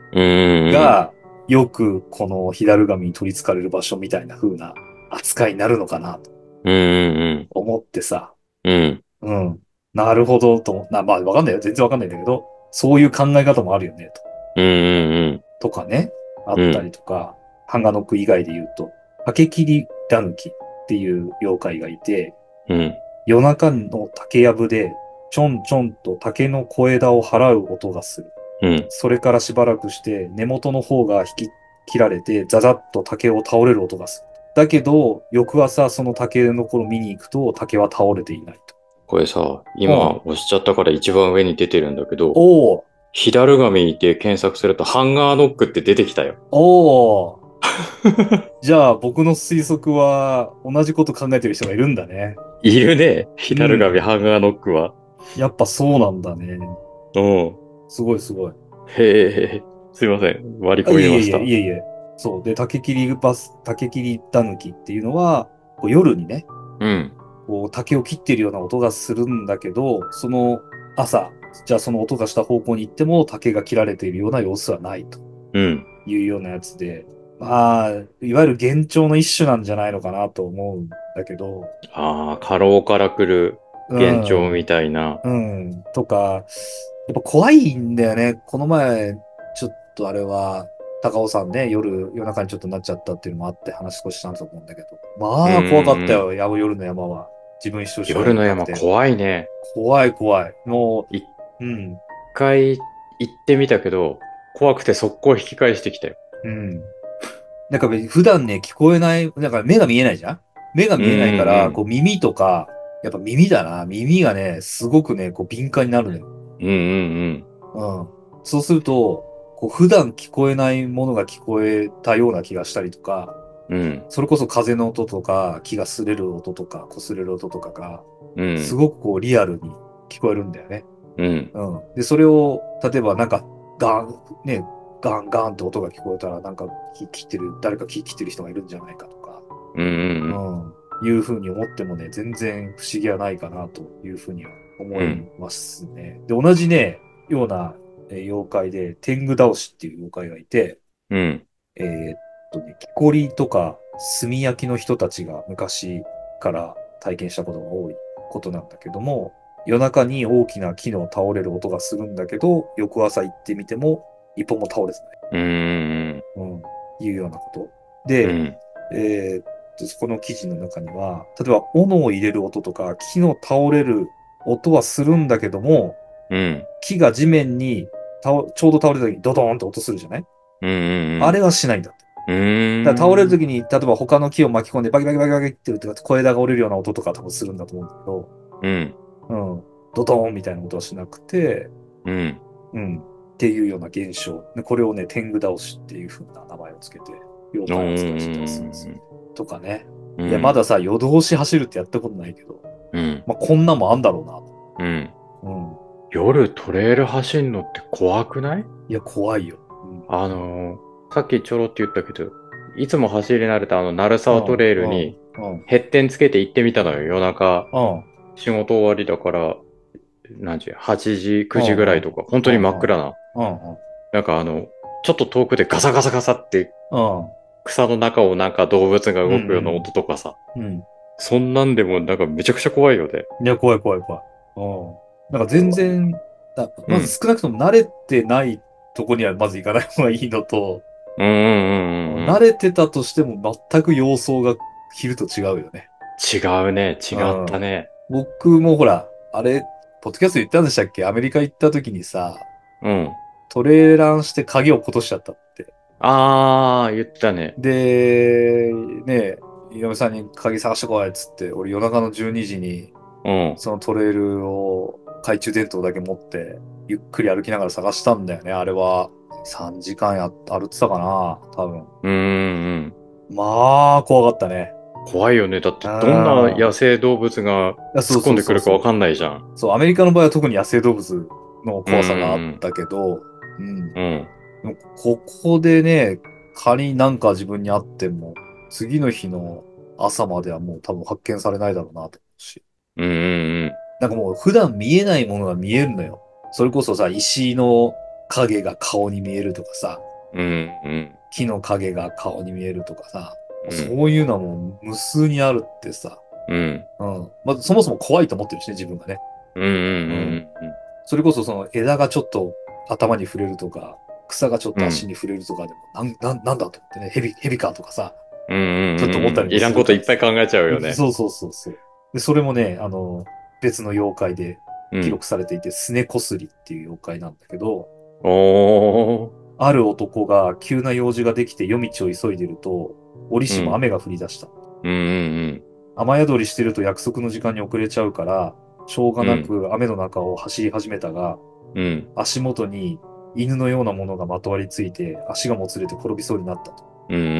が、よくこのヒダルガミに取り憑かれる場所みたいな風な扱いになるのかなと思ってさ、 うん。 うん。なるほどと、な、まあわかんないよ。全然わかんないんだけど、そういう考え方もあるよね、と。 うんうんうん。 とかね、あったうん。 りとか、ハンガノック以外で言うと、竹切りタヌキっていう妖怪がいて、 うん。 夜中の竹やぶで、ちょんちょんと竹の小枝を払う音がする。 うん。 それからしばらくして根元の方が引き切られて、ザザッと竹を倒れる音がする。だけど、翌朝その竹の頃見に行くと竹は倒れていないと。 これさ、 うん。 今押しちゃったから一番上に出てるんだけど、 おー、 ヒダルガミで検索するとハンガーノックって出てきたよ。 おー。じゃあ僕の推測は同じこと考えてる人がいるんだね。 いるね。ヒダルガミ、 うん。 ハンガーノックは。 やっぱそうなんだね。 うん。 すごいすごい。 へえ、すいません。割りあ、いえいえいえ、 込みました。 いえいえ。そう。で、竹切りバス、竹切りタヌキっていうのは、こう夜にね、 うん。 こう竹を切っているような音がするんだけど、その朝、じゃあその音がした方向に行っても竹が切られているような様子はないとうん。 いうようなやつで、まあ、いわゆる幻聴の一種なんじゃないのかなと思うんだけど、 ああ、過労から来るう幻聴みん、 たいな。 うん、とか、やっぱ怖いんだよね。この前、ちょっとあれは、高尾山ね、夜、夜中にちょっとなっちゃったっていうのもあって話少ししたんだと思うんだけど。 うんまあ、怖かったうんうん。 よ、や夜の山は。自分一人しかい夜のなくて。 山怖いね。 怖い怖い。も一う、うん、 回行ってみたけど、怖くて速攻引き返してきたよ。 うん。なんか普段ね、聞こえない、なんか目が見えないじゃん。目がうん見えないから、 うんこう耳とか、やっぱ耳だな。耳がね、すごくね、こう敏感になるのよ。 うん。うんうんうん。そうすると、こう普段聞こえないものが聞こえたような気がしたりとか、 うん。うん。 それこそ風の音とか、木が擦れる音とか、擦れる音とかが、すうん。 ごくこうリアルに聞こえるんだよね。 うん。 うん。で、それを、例えばなんか、ガン、ね、ガンガンって音が聞こえたら、なんか木切ってる、誰か木切ってる人がいるんじゃないかとか、 うんうんうん。いうふうに思ってもね、全然不思議はないかなというふうには思いうん。 ますね。で、同じね、ような、えー妖怪で、天狗倒しっていう妖怪がいて、 うん。 えーっとね、木こりとか炭焼きの人たちが昔から体験したことが多いことなんだけども、夜中に大きな木の倒れる音がするんだけど、翌朝行ってみても一本も倒れてない。 うん。 うん、いうようなこと。で、 うん。 えーっと、そこの記事の中には、例えば、斧を入れる音とか、木の倒れる音はするんだけども、 うん。 木が地面に倒ちょうど倒れた時にドドーンと音するじゃない。 うん。 あれはしないんだって。 うだから倒れるん。 時に、例えば他の木を巻き込んでバキバキバキバキって言うと小枝が折れるような音とか多分するんだと思うんだけど、 うん。 うん、ドドーンみたいな音はしなくて、 うん。 うん、っていうような現象。でこれをね、天狗倒しっていう風な名前をつけて、妖怪扱いしてたりするんですよ。とかね。いや、まうん。 ださ、夜通し走るってやったことないけど、 うん。 まあ、こんなんもあんだろうん。 うな。うん。 夜トレイル走んのって怖くない？ いや、怖いよ。 あのーさっきちょろって言ったけど、いつも走り慣れたあの、鳴うん。 沢トレイルうん。 に、 うん。うん。 ヘッテンつけて行ってみたのよ。夜中、 うん。 仕事終わりだから、何時？ はち 時、 うん。 くじぐらいとか、本当に真っ暗な。 うん。 なんかあの、ちょっと遠くでガサガサガサってうん。 草の中をなんか動物がうん。 動くようなうん。 音とかさ。 うん。 そんなんでもなんかめちゃくちゃ怖いよね。 いや、怖い怖い怖い。うん。なんか全然、だまずうん。 少なくとも慣れてないとこにはまず行かない方がいいのと、 うんうんうんうんうん。 慣れてたとしても全く様相が昼と違うよね。 違うね。違うったん。 ね。 僕もほら、あれ、ポッドキャスト言ったんでしたっけ？アメリカ行った時にさ、 うん。 トレーランして鍵を落としちゃったって。 あー、言ってたね。 で、ね、嫁さんに鍵探してこいっつって、俺夜中のじゅうにじにうん。 そのトレイルを懐中電灯だけ持って、ゆっくり歩きながら探したんだよね。あれはさんじかんや、歩ってたかな多分。 うーん。 まあ、怖かったね。 怖いよね。だってどんなあ野生動物があ。そうそう突っ込んでくそうそう。 るかわかんないじゃん。 そう、アメリカの場合は特に野生動物のうん怖さがあっうんたけど、うん。 うん。うん。 でもここでね、仮になんか自分にあっても、次の日の朝まではもう多分発見されないだろうなと思うし。 うんうんなんかもう普段見えないものが見えるのよ。それこそさ、石の影が顔に見えるとかさ、 うん、うん。 木の影が顔に見えるとかさ、 うん、 そういうのはもう無数にあるってさ、 うん、 うん。まあ、そもそも怖いと思ってるしね、自分がね。 うん、うん、 うん。 うん、 それこそその枝がちょっと頭に触れるとか、草がちょっうん、 と足に触れるとかでも、なん、なん、なんだと思ってね、蛇、蛇かとかさ、 うん、うん、 ちょっと思ったりいらんこといもするから。 っぱい考えちゃうよね。 そうそうそうそう。で、それもね、あの、別の妖怪で記うん。 録されていて、スネコスリっていう妖怪なんだけど、 おー。 ある男が急な用事ができて夜道を急いでると、折うん、 しも雨が降り出した。 うん、うん、 雨宿りしてると約束の時間に遅れちゃうから、しょうがうん、 なく雨の中を走り始めたが、 うん、 足元に犬のようなものがまとわりついて足がもつれて転びそうになったと。 うん、うん、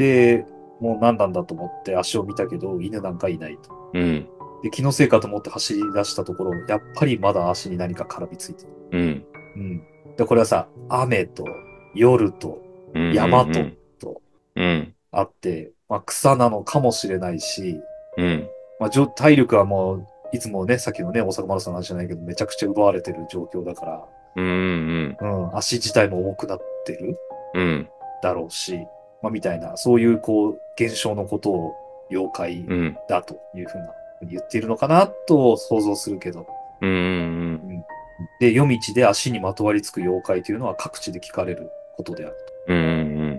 で、もう何なんだと思って足を見たけど犬なんかいないと。 うん、 で、気のせいかと思って走り出したところ、やっぱりまだ足に何か絡みついてる。 うん、 うん。で、これはさ、雨と夜とうん、 山と、とうん、 あって、まあ、草なのかもしれないし、 うん、 まあ、じょ体力はもう、いつもね、さっきのね、大阪マラソンの話じゃないけど、めちゃくちゃ奪われてる状況だかうん、 ら、うん、足自体も重くなってるうん、 だろうし、まあ、みたいな、そういう、こう、現象のことを妖怪うん、 だというふうな、言っているのかなと想像するけど、 うん、 うん。で、夜道で足にまとわりつく妖怪というのは各地で聞かれることであるうん、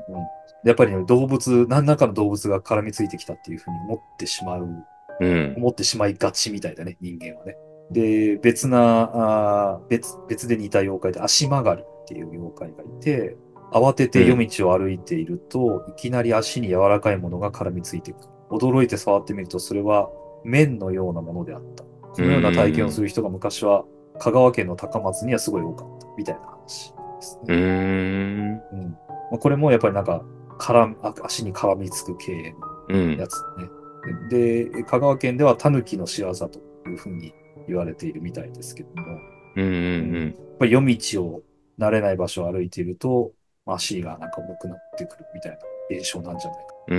と。うん。でやっぱりね、動物、何らかの動物が絡みついてきたっていうふうに思ってしまう、 うん、 思ってしまいがちみたいだね、人間はね。で、別な、あー別、別で似た妖怪で足曲がりっていう妖怪がいて、慌てて夜道を歩いていると、いきなり足に柔らかいものが絡みついてくる。驚いて触ってみると、それは綿のようなものであった。こうのような体験をん、 する人が昔は香川県の高松にはすごい多かったみたいな話ですうね。 ん、 うん。まあ、これもやっぱりなんか、絡み、あ足に絡みつく系うん、 のやつね。で、香川県では狸の仕業というふうに言われているみたいですけども、 うん、 うん。やっうん、 ぱり夜道を慣れない場所を歩いていると、足がなんか重くなってくるみたいな現象なんじゃないかうん、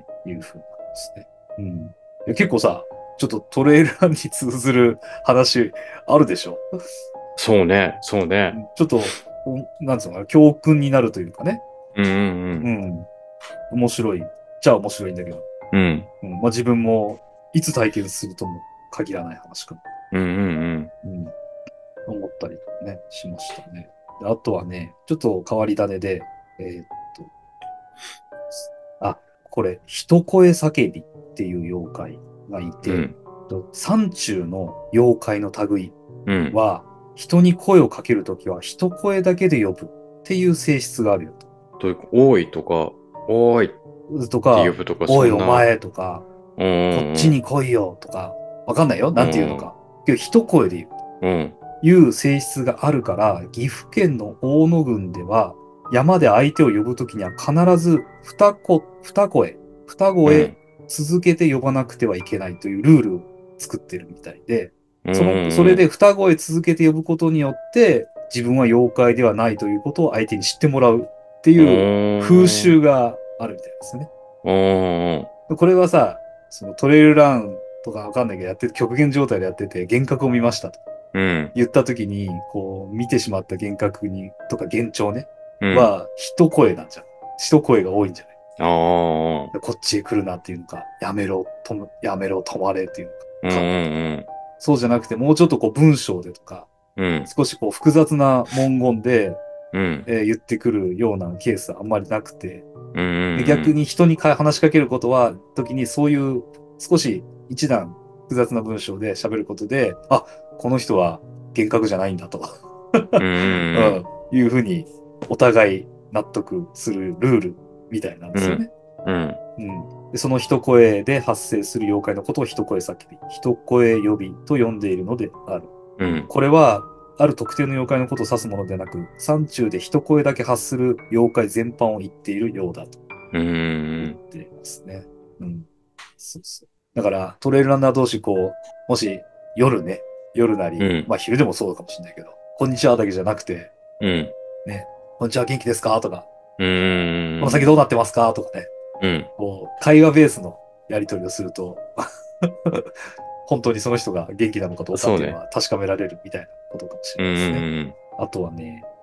というふうなんですね。うん。で結構さ、ちょっとトレイルランに通ずる話あるでしょ？ そうね、そうね。 ちょっと、おなんつうのかな、教訓になるというかね。 うん、 うん。面白い。じゃあ面白いんだけど。 うん、 うん。まあ自分もいつ体験するとも限らない話かな。 うん、うん、 うん。思ったりとかね、しましたね。であとはね、ちょっと変わり種で、えーっと、あ、これ、一声叫びっていう妖怪がいて、 うん、 と山中の妖怪の類うん。 は、人に声をかけるときは一声だけで呼ぶっていう性質があるよと。 というか、多いとか、多いって呼とか、 ぶとか、 おいおそんな、 前とか、 うん、 こっちに来いよとか、わかんないよ。なんて言うのうん、 か。けど一声で言う。 うん、 いう性質があるから、岐阜県の大野郡では、山で相手を呼ぶときには必ず二声、二声、二声うん、 続けて呼ばなくてはいけないというルールを作ってるみたいで、 うその、それん、 で二声続けて呼ぶことによって、自分は妖怪ではないということを相手に知ってもらうってういう風ん、 習があるみたいですね。 うん、 これはさ、そのトレイルランとかわかんないけどやってて、極限状態でやってて、幻覚を見ましたと。 うん、 言った時に、こう、見てしまった幻覚に、とか幻聴ね、 うん、 は、一声なんじゃん。一声が多いんじゃないああ、 こっちへ来るなっていうのか、やめろ、とも、やめろ、止まれっていううん、 のか、か。 うん、 そうじゃなくて、もうちょっとこう文章でとか、 うん、 少しこう複雑な文言で、 うん、 えー言ってくるようなケースはあんまりなくて、 うん、 で逆うん、 に人にか話しかけることは、時にそういう少し一段複雑な文章で喋ることで、あ、この人は幻覚じゃないんだと。 うん、 うん、いうふうにお互い納得するルールみたいなんですよね。 うん、 うん。でその一声で発生する妖怪のことを一声叫び、一声呼びと呼んでいるのである。 うん、 これは、ある特定の妖怪のことを指すものでなく、山中で一声だけ発する妖怪全般を言っているようだとうん、 言っていますね。うん。そうそう。だから、トレイルランナー同士、こう、もし夜ね、夜なり、 うん、 まあ昼でもそうかもしれないけど、こんにちはだけじゃなくて、 うん、 ね、こんにちは元気ですかとか、 うん、 この先どうなってますかとかね、 うん、 こう、会話ベースのやり取りをすると、本当にその人が元気なのかどうかっていうのそうね。 は確かめられるみたいなことかもしうれないですね。 ん、 あとはね、あ、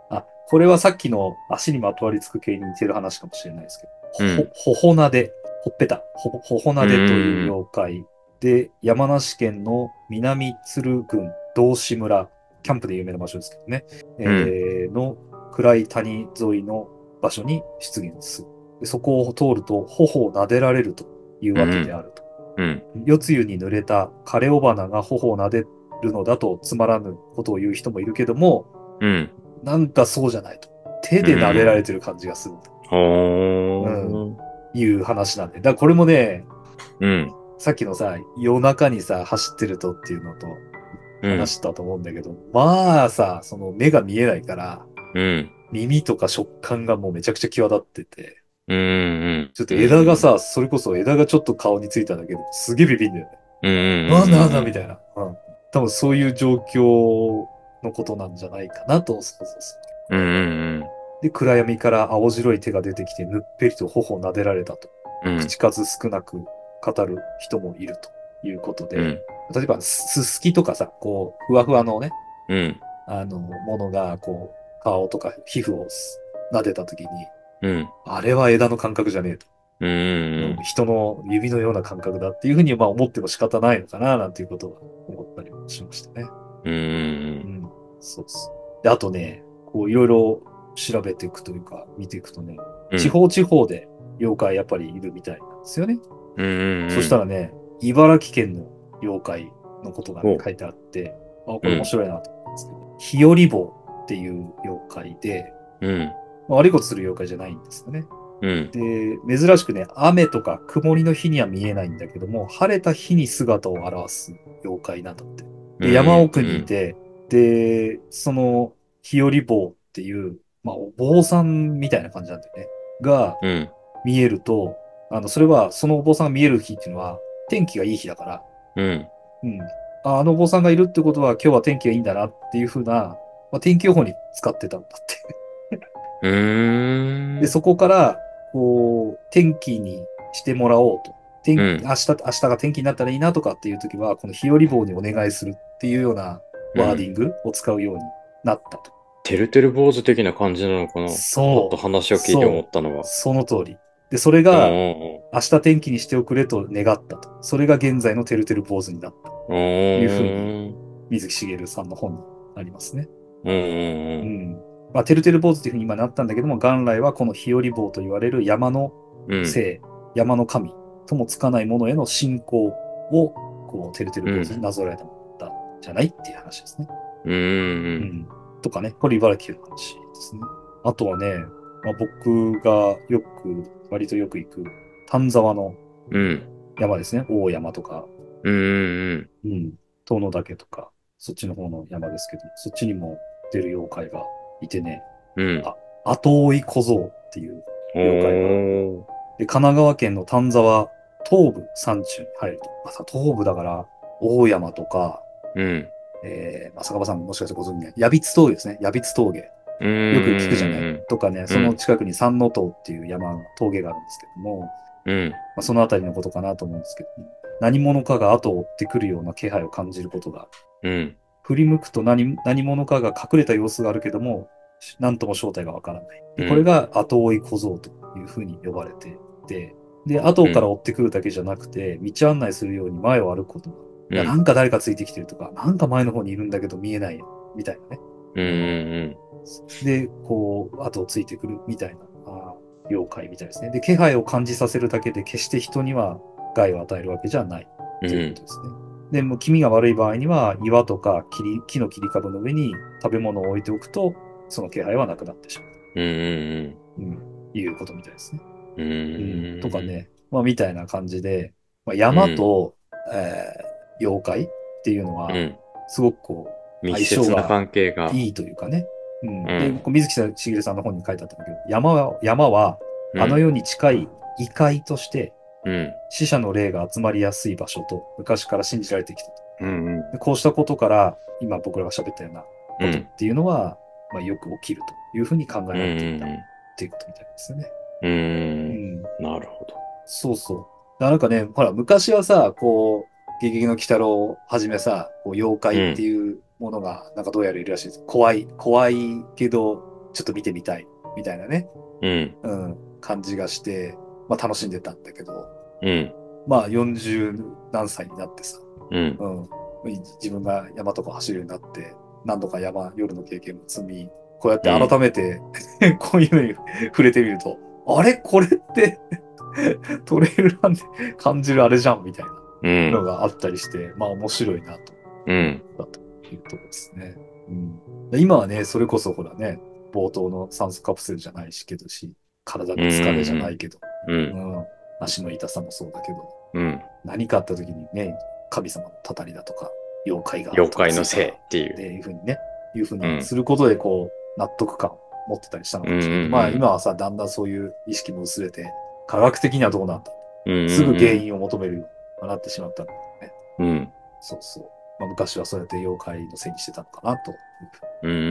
これはさっきの足にまとわりつく系に似てる話かもしれないですけど、 うん、 ほ、ほほなで、ほっぺた、ほ、ほほなでという妖怪で、山梨県の南鶴郡道志村、キャンプで有名な場所ですけどね、 うん、 えーの暗い谷沿いの場所に出現する。でそこを通ると頬を撫でられるというわけであると。 うん、 夜露に濡れた枯れ尾花が頬を撫でるのだとつまらぬことを言う人もいるけども、 うん、 なんかそうじゃないと。手うで撫でられん。 てる感じがすると。 ほうん。 ー。 いう話なんで。だからこれもね、 うん、 さっきのさ、夜中にさ、走ってるとっていうのとうん、 話したと思うんだけど、まあさ、その目が見えないから、 うん、 耳とか食感がもうめちゃくちゃ際立ってて、 うん、 ちょっとうん、 枝がさ、それこそ枝がちょっと顔についただけで、すげえビビんだよね。 うん、うん、 なんだなんうん、うん。 だみたいな。うん。多分そういう状況のことなんじゃないかなと想像する。 うん、 で、暗闇から青白い手が出てきて、ぬっぺりと頬を撫でられたと。 うん、 口数少なく語る人もいるということで、 うん、 例えば、すすきとかさ、こう、ふわふわのね、 うん、 あの、ものが、こう、顔とか皮膚を撫でたときに、 うん、 あれは枝の感覚じゃねえと。 うん、 うん、人の指のような感覚だっていうふうに、まあ思っても仕方ないのかな、なんていうことは思ったりもしましたね。 うん、 うん。そうそう。で、あとね、こういろいろ調べていくというか、見ていくとね、 うん、 地方地方で妖怪やっぱりいるみたいなんですよね。 うん、 そうん、 したらね、茨城県の妖怪のことがね、 お、 書いてあって、あ、こうん、 れ面白いなと思うんですけど、日和坊っていう妖怪で、 うん、 まあ悪いことする妖怪じゃないんですよね。 うん、 で、珍しくね、雨とか曇りの日には見えないんだけども、晴れた日に姿を現す妖怪なんだって。で、山うん、 奥にいて、で、その、日和坊っていう、まあ、お坊さんみたいな感じなんだよね。が、 うん、 見えると、あの、それは、そのお坊さんが見える日っていうのは、天気がいい日だから、 うん、 うん。あ、あのお坊さんがいるってことは、今日は天気がいいんだなっていうふうな、まあ、天気予報に使ってたんだって。 うーで、 ん、 そこから、こう、天気にしてもらおうと。天、 うん、 明日、明日が天気になったらいいなとかっていう時は、この日和坊にお願いするっていうようなうん。 ワーディングを使うようになったと。 てるてる坊主的な感じなのかな。パッとそう、 話を聞いて思そう、 ったのは。 その通り。で、それうん、 が、 う明日天気にしておくれと願ったと。それが現在のてるてる坊主になったとん、 いうふうに、 うん、 水木しげるさんの本にありますね。 うん、うん、 うん。まあ、てるてる坊主っていうふうに今なったんだけども、元来はこの日和坊と言われる山のうん、 聖、山の神ともつかないものへの信仰を、こう、てるてる坊主になぞらえたものだったじゃないっていう話ですね。 うん、うん、 うん。とかね、これ茨城県の話ですね。あとはね、まあ、僕がよく、割とよく行く、丹沢のうん、 山ですね。大山とか、 うん、 うん。遠野岳とか、そっちの方の山ですけど、そっちにも出る妖怪がいてね、 うん、 あ、後追い小僧っていうお妖怪が、 ー、 で、神奈川県の丹沢東部山中に入ると。また東部だから、大山とか、 うん、 えー、まあ、坂場さんもしかしてご存知ない。矢櫃峠ですね。矢櫃峠。 うん、 よく聞くじゃないうん、 とかね、そのうん、 近くに三の塔っていう山、峠があるんですけども、 うん、 まあ、そのあたりのことかなと思うんですけど、何者かが後を追ってくるような気配を感じることが、 うん、 振り向くと何、何者かが隠れた様子があるけども、何とも正体がわからない。で、これが後追い小僧というふうに呼ばれていて、で、後から追ってくるだけじゃなくて、道案内するように前を歩くことが、いや、なんか誰かついてきてるとか、なんか前の方にいるんだけど見えないよ、みたいなね。 うん、うん、 で、こう、後をついてくるみたいな、あ妖怪みたいですね。で、気配を感じさせるだけで、決して人には害を与えるわけじゃないということですね。で、もう気味が悪い場合には、岩とか木木の切り株の上に食べ物を置いておくと、その気配はなくなってしまう。 うん、 うん、いうことみたいですね。 うん、 うん、とかうん、 ね、まあ、みたいな感じで、まあ、山と、えー、妖怪っていうのは、 うん、 すごくこう、 密相性が接な関係が、 いいというかね。うん。で、 うん、 こう水木しげるさんの本に書いてあったんだけど、山は、山は、 うん、 あの世に近い異界として、 うん、 死者の霊が集まりやすい場所と、昔から信じられてきたと。 うん、 でこうしたことから、今僕らが喋ったようなうん、 ことっていうのは、まあ、よく起きるというふうに考えうん、 られていたっうん、 ていうことみたいですよね。 うん、 うん。 なるほど。 そうそう。だからなんかね、ほら、昔はさ、こう、ゲゲゲの鬼太郎をはじめさ、こう妖怪ってうん、 いうものが、なんかどうやらいるらしいです。怖い、怖いけど、 ちょっと見てみたい、みたいなね、 うん。 うん、感じがして、まあ楽しんでたんだけど、 うん。 まあよんじゅう何歳になってさ、 うん。 うん、自分が山とか走るようになって、何度か山、夜の経験も積み、こうやって改めてこういうのに触れてみると、あれこれってトレイルランで感じるあれじゃんみたいなのがあったりして、まあ面白いなと。 うん。 だというところですね。うん。今はね、それこそほらね、冒頭の酸素カプセルじゃないしけどし、体の疲れじゃないけど、 うん。 うん。足の痛さもそうだけど、 うん。 何かあった時にね、神様のたたりだとか、妖怪が妖とかついたら、 怪のせいっていう。 っていうふうにね、いうふううん。 にすることでこう、納得感持ってたりしたのうん。 かもしれないけど、 うん。 まあ今はさ、だんだんそういう意識も薄れて、科学的にはどうなんだ。 うん。 すぐ原うん。 因を求めるようになってしまったんだよね。 うん。 そうそう。まあ、昔はそうやって妖怪のせいにしてたのかなとうん。うん。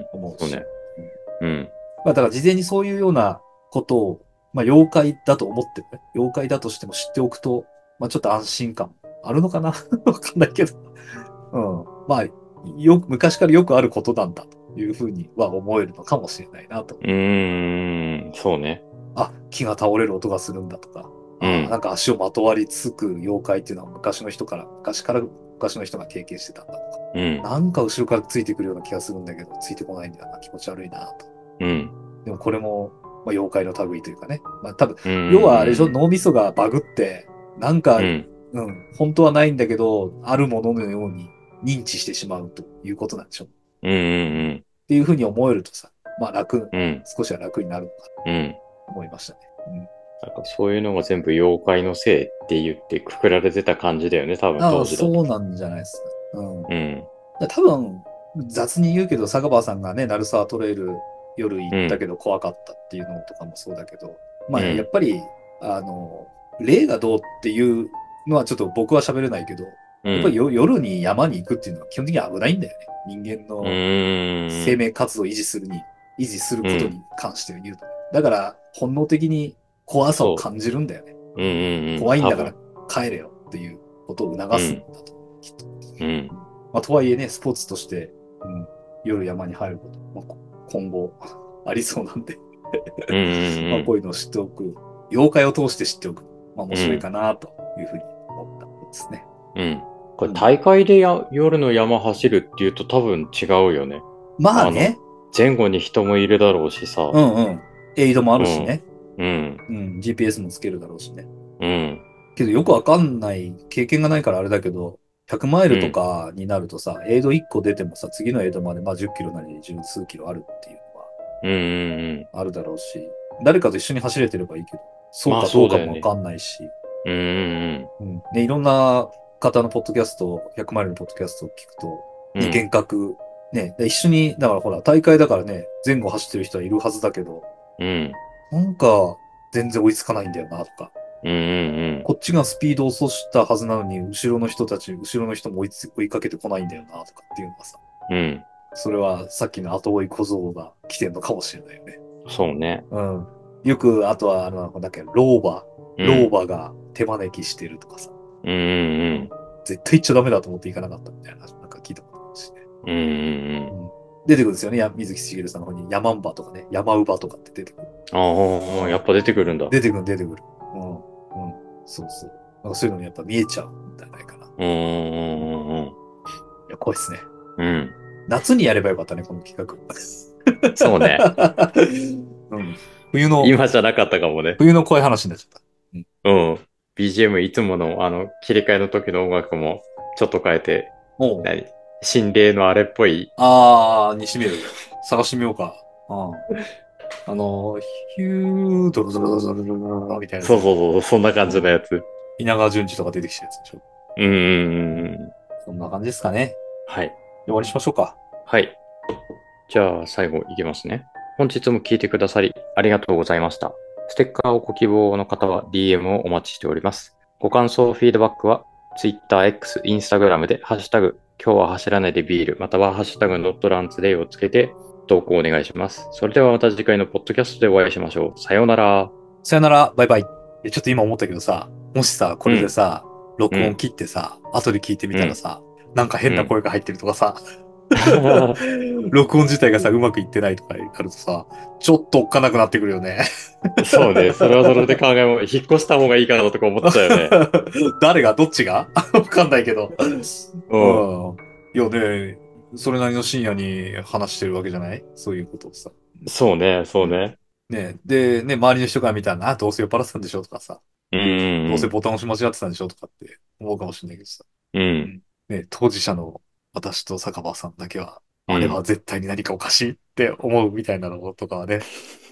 思うし。 そうね。 うん、 うん。 まあだから事前にそういうようなことを、まあ妖怪だと思ってね、妖怪だとしても知っておくと、まあちょっと安心感あるのかなわかんないけど。うん。まあ、よく、昔からよくあることなんだというふうには思えるのかもしれないなと。 うーん。そうね。 あ、木が倒れる音がするんだとか、あ、 うん。 なんか足をまとわりつく妖怪っていうのは昔の人から、昔から昔の人が経験してたんだとか、 うん。 なんか後ろからついてくるような気がするんだけど、ついてこないんだよな、気持ち悪いなと。 うん。 でもこれも、まあ、妖怪の類というかね。まあ多分、 うん。 要はあれでしょ、 うん。 脳みそがバグって、なんか、 うん。 うん、本当はないんだけど、あるもののように認知してしまうということなんでしょう。 うん。うん。 っていうふうに思えるとさ、まあ楽、 うん。 少しは楽になるのかうん。 と思いましたね。 なんかそういうのが全部妖怪のせいって言ってくくられてた感じだよね、多分ああ、 当時だと。 そうなんじゃないですか。うん。 うん。 だ多分、雑に言うけど、坂場さんがね、鳴沢トレイル夜行うん。 ったけど怖かったっていうのとかもそうだけど、まあ、やっうん。 ぱり、あの、霊がどうっていうのはちょっと僕は喋れないけど、やっぱりうん。 よ夜に山に行くっていうのは基本的に危ないんだよね。人間うの生ーん。 命活動を維持するに、維持することうん。 に関して言うと。だから、本能的に怖さをそ感じるんだよね。 う。うんうんうん。 怖いんだから多分。 帰れよっていうことを促うん。 すんだと。きっと。 うん。 まあ、とはいえね、スポーツとして、うん、夜山に入ること、まあ、今後ありそうなんでうんうまあんこういうのを知っておく。妖怪を通して知っておく。まあ面うん。う白いん。 かなというふうに思ったことですね。 うん。これうん、 大会でや夜の山走るっていうと多分違うよね。あの、 まあね。 前後に人もいるだろうしさ。 うんうん。エイドもあうん。 るしね。 うん。 うん。ジーピーエス もつけるだろうしね。 うん。 けどよくわかんない、経験がないからあれだけど、ひゃくマイルとうん。 かになるとさ、エイドいっこ出てもさ、次のエイドまでまあじゅっキロなり十数キロあるっていうのはうんうんあるだろうし、誰かと一緒に走れてればいいけど、そうまあかどそうだよね。 うかもわかんないし、 うんうんうん。ね、いろんな方のポッドキャスト、ひゃくマイルのポッドキャストを聞くと、ね、 うん。 幻覚、ね、で一緒に、だからほら、大会だからね、前後走ってる人はいるはずだけど、 うん。 なんか、全然追いつかないんだよな、とか。 うんうんこっちがスピードを落としたはずなのに、後ろの人たち、後ろの人も追いつ追いかけてこないんだよな、とかっていうのがさ、 うん。うん。 それはさっきの後追い小僧が来てんのかもしれないよね。 そうね。 うん。よく、あとは、あの、なんだっけ、老婆。老うん。 婆が手招きしてるとかさ。 うんうんうん。絶対行っちゃダメだと思って行かなかったみたいな、なんか聞いたことあるしね。 うん。うんうんうん。 うん。出てくるんですよね。や水木しげるさんの方に山んばとかね、山乳母とかって出てくる。 ああ、やっうん。 ぱ出てくるんだ。 出てくる、出てくる。うん。うん。そうそう。なんかそういうのにやっぱ見えちゃうんじゃないかな。いうんうんうんや、怖いっすね。 うん。うん。 夏にやればよかったね、この企画。 そうね。 うん。冬の、 今じゃなかったかもね。 冬の怖い話になっちゃった。うん。 うん。ビージーエム いつものあの切り替えの時の音楽もちょっと変えて、 おう。 何心霊のあれっぽい。 あー、にしてみる。探してみようか。うん。あの、ヒュードロドロドロドロドロドロみたいなやつ。 そうそうそう、そんな感じのやつ。 稲川淳二とか出てきたやつでしょ。 うんうんうんうん。 そんな感じですかね。 はい。 で終わりにしましょうか。 はい。じゃあ最後いきますね。本日も聞いてくださりありがとうございました。ステッカーをご希望の方は ディーエム をお待ちしております。ご感想、フィードバックは Twitter、X、Instagram でハッシュタグ、今日は走らないでビール、またはハッシュタグノットランツデイをつけて投稿お願いします。それではまた次回のポッドキャストでお会いしましょう。さようなら。 さよなら、バイバイ。えちょっと今思ったけどさ、もしさ、こうん、 れでさ、録音うん、 切ってさ、後で聞いてみうん、 たらさ、なんか変うん。 な声が入ってるとかさ、 録音自体がさ、うまくいってないとかやるとさ、ちょっとおっかなくなってくるよね。 そうね。それはそれで考えも、引っ越した方がいいかなとか思っちゃうよね。 誰がどっちがわかんないけど。 うん。 うん。いやね、それなりの深夜に話してるわけじゃないそういうことをさ。 そうね、そうん。 うね。 ね、で、ね、周りの人から見たら、あ、どうせ酔っ払ってたんでしょとかさ、 うんどうせうんボタン押し間違ってたんでしょとかって思うかもしれないけどさ。 うん。うん。 うん。ね、当事者の私と坂場さんだけは、あれはうん。 絶対に何かおかしいって思うみたいなのとかはね。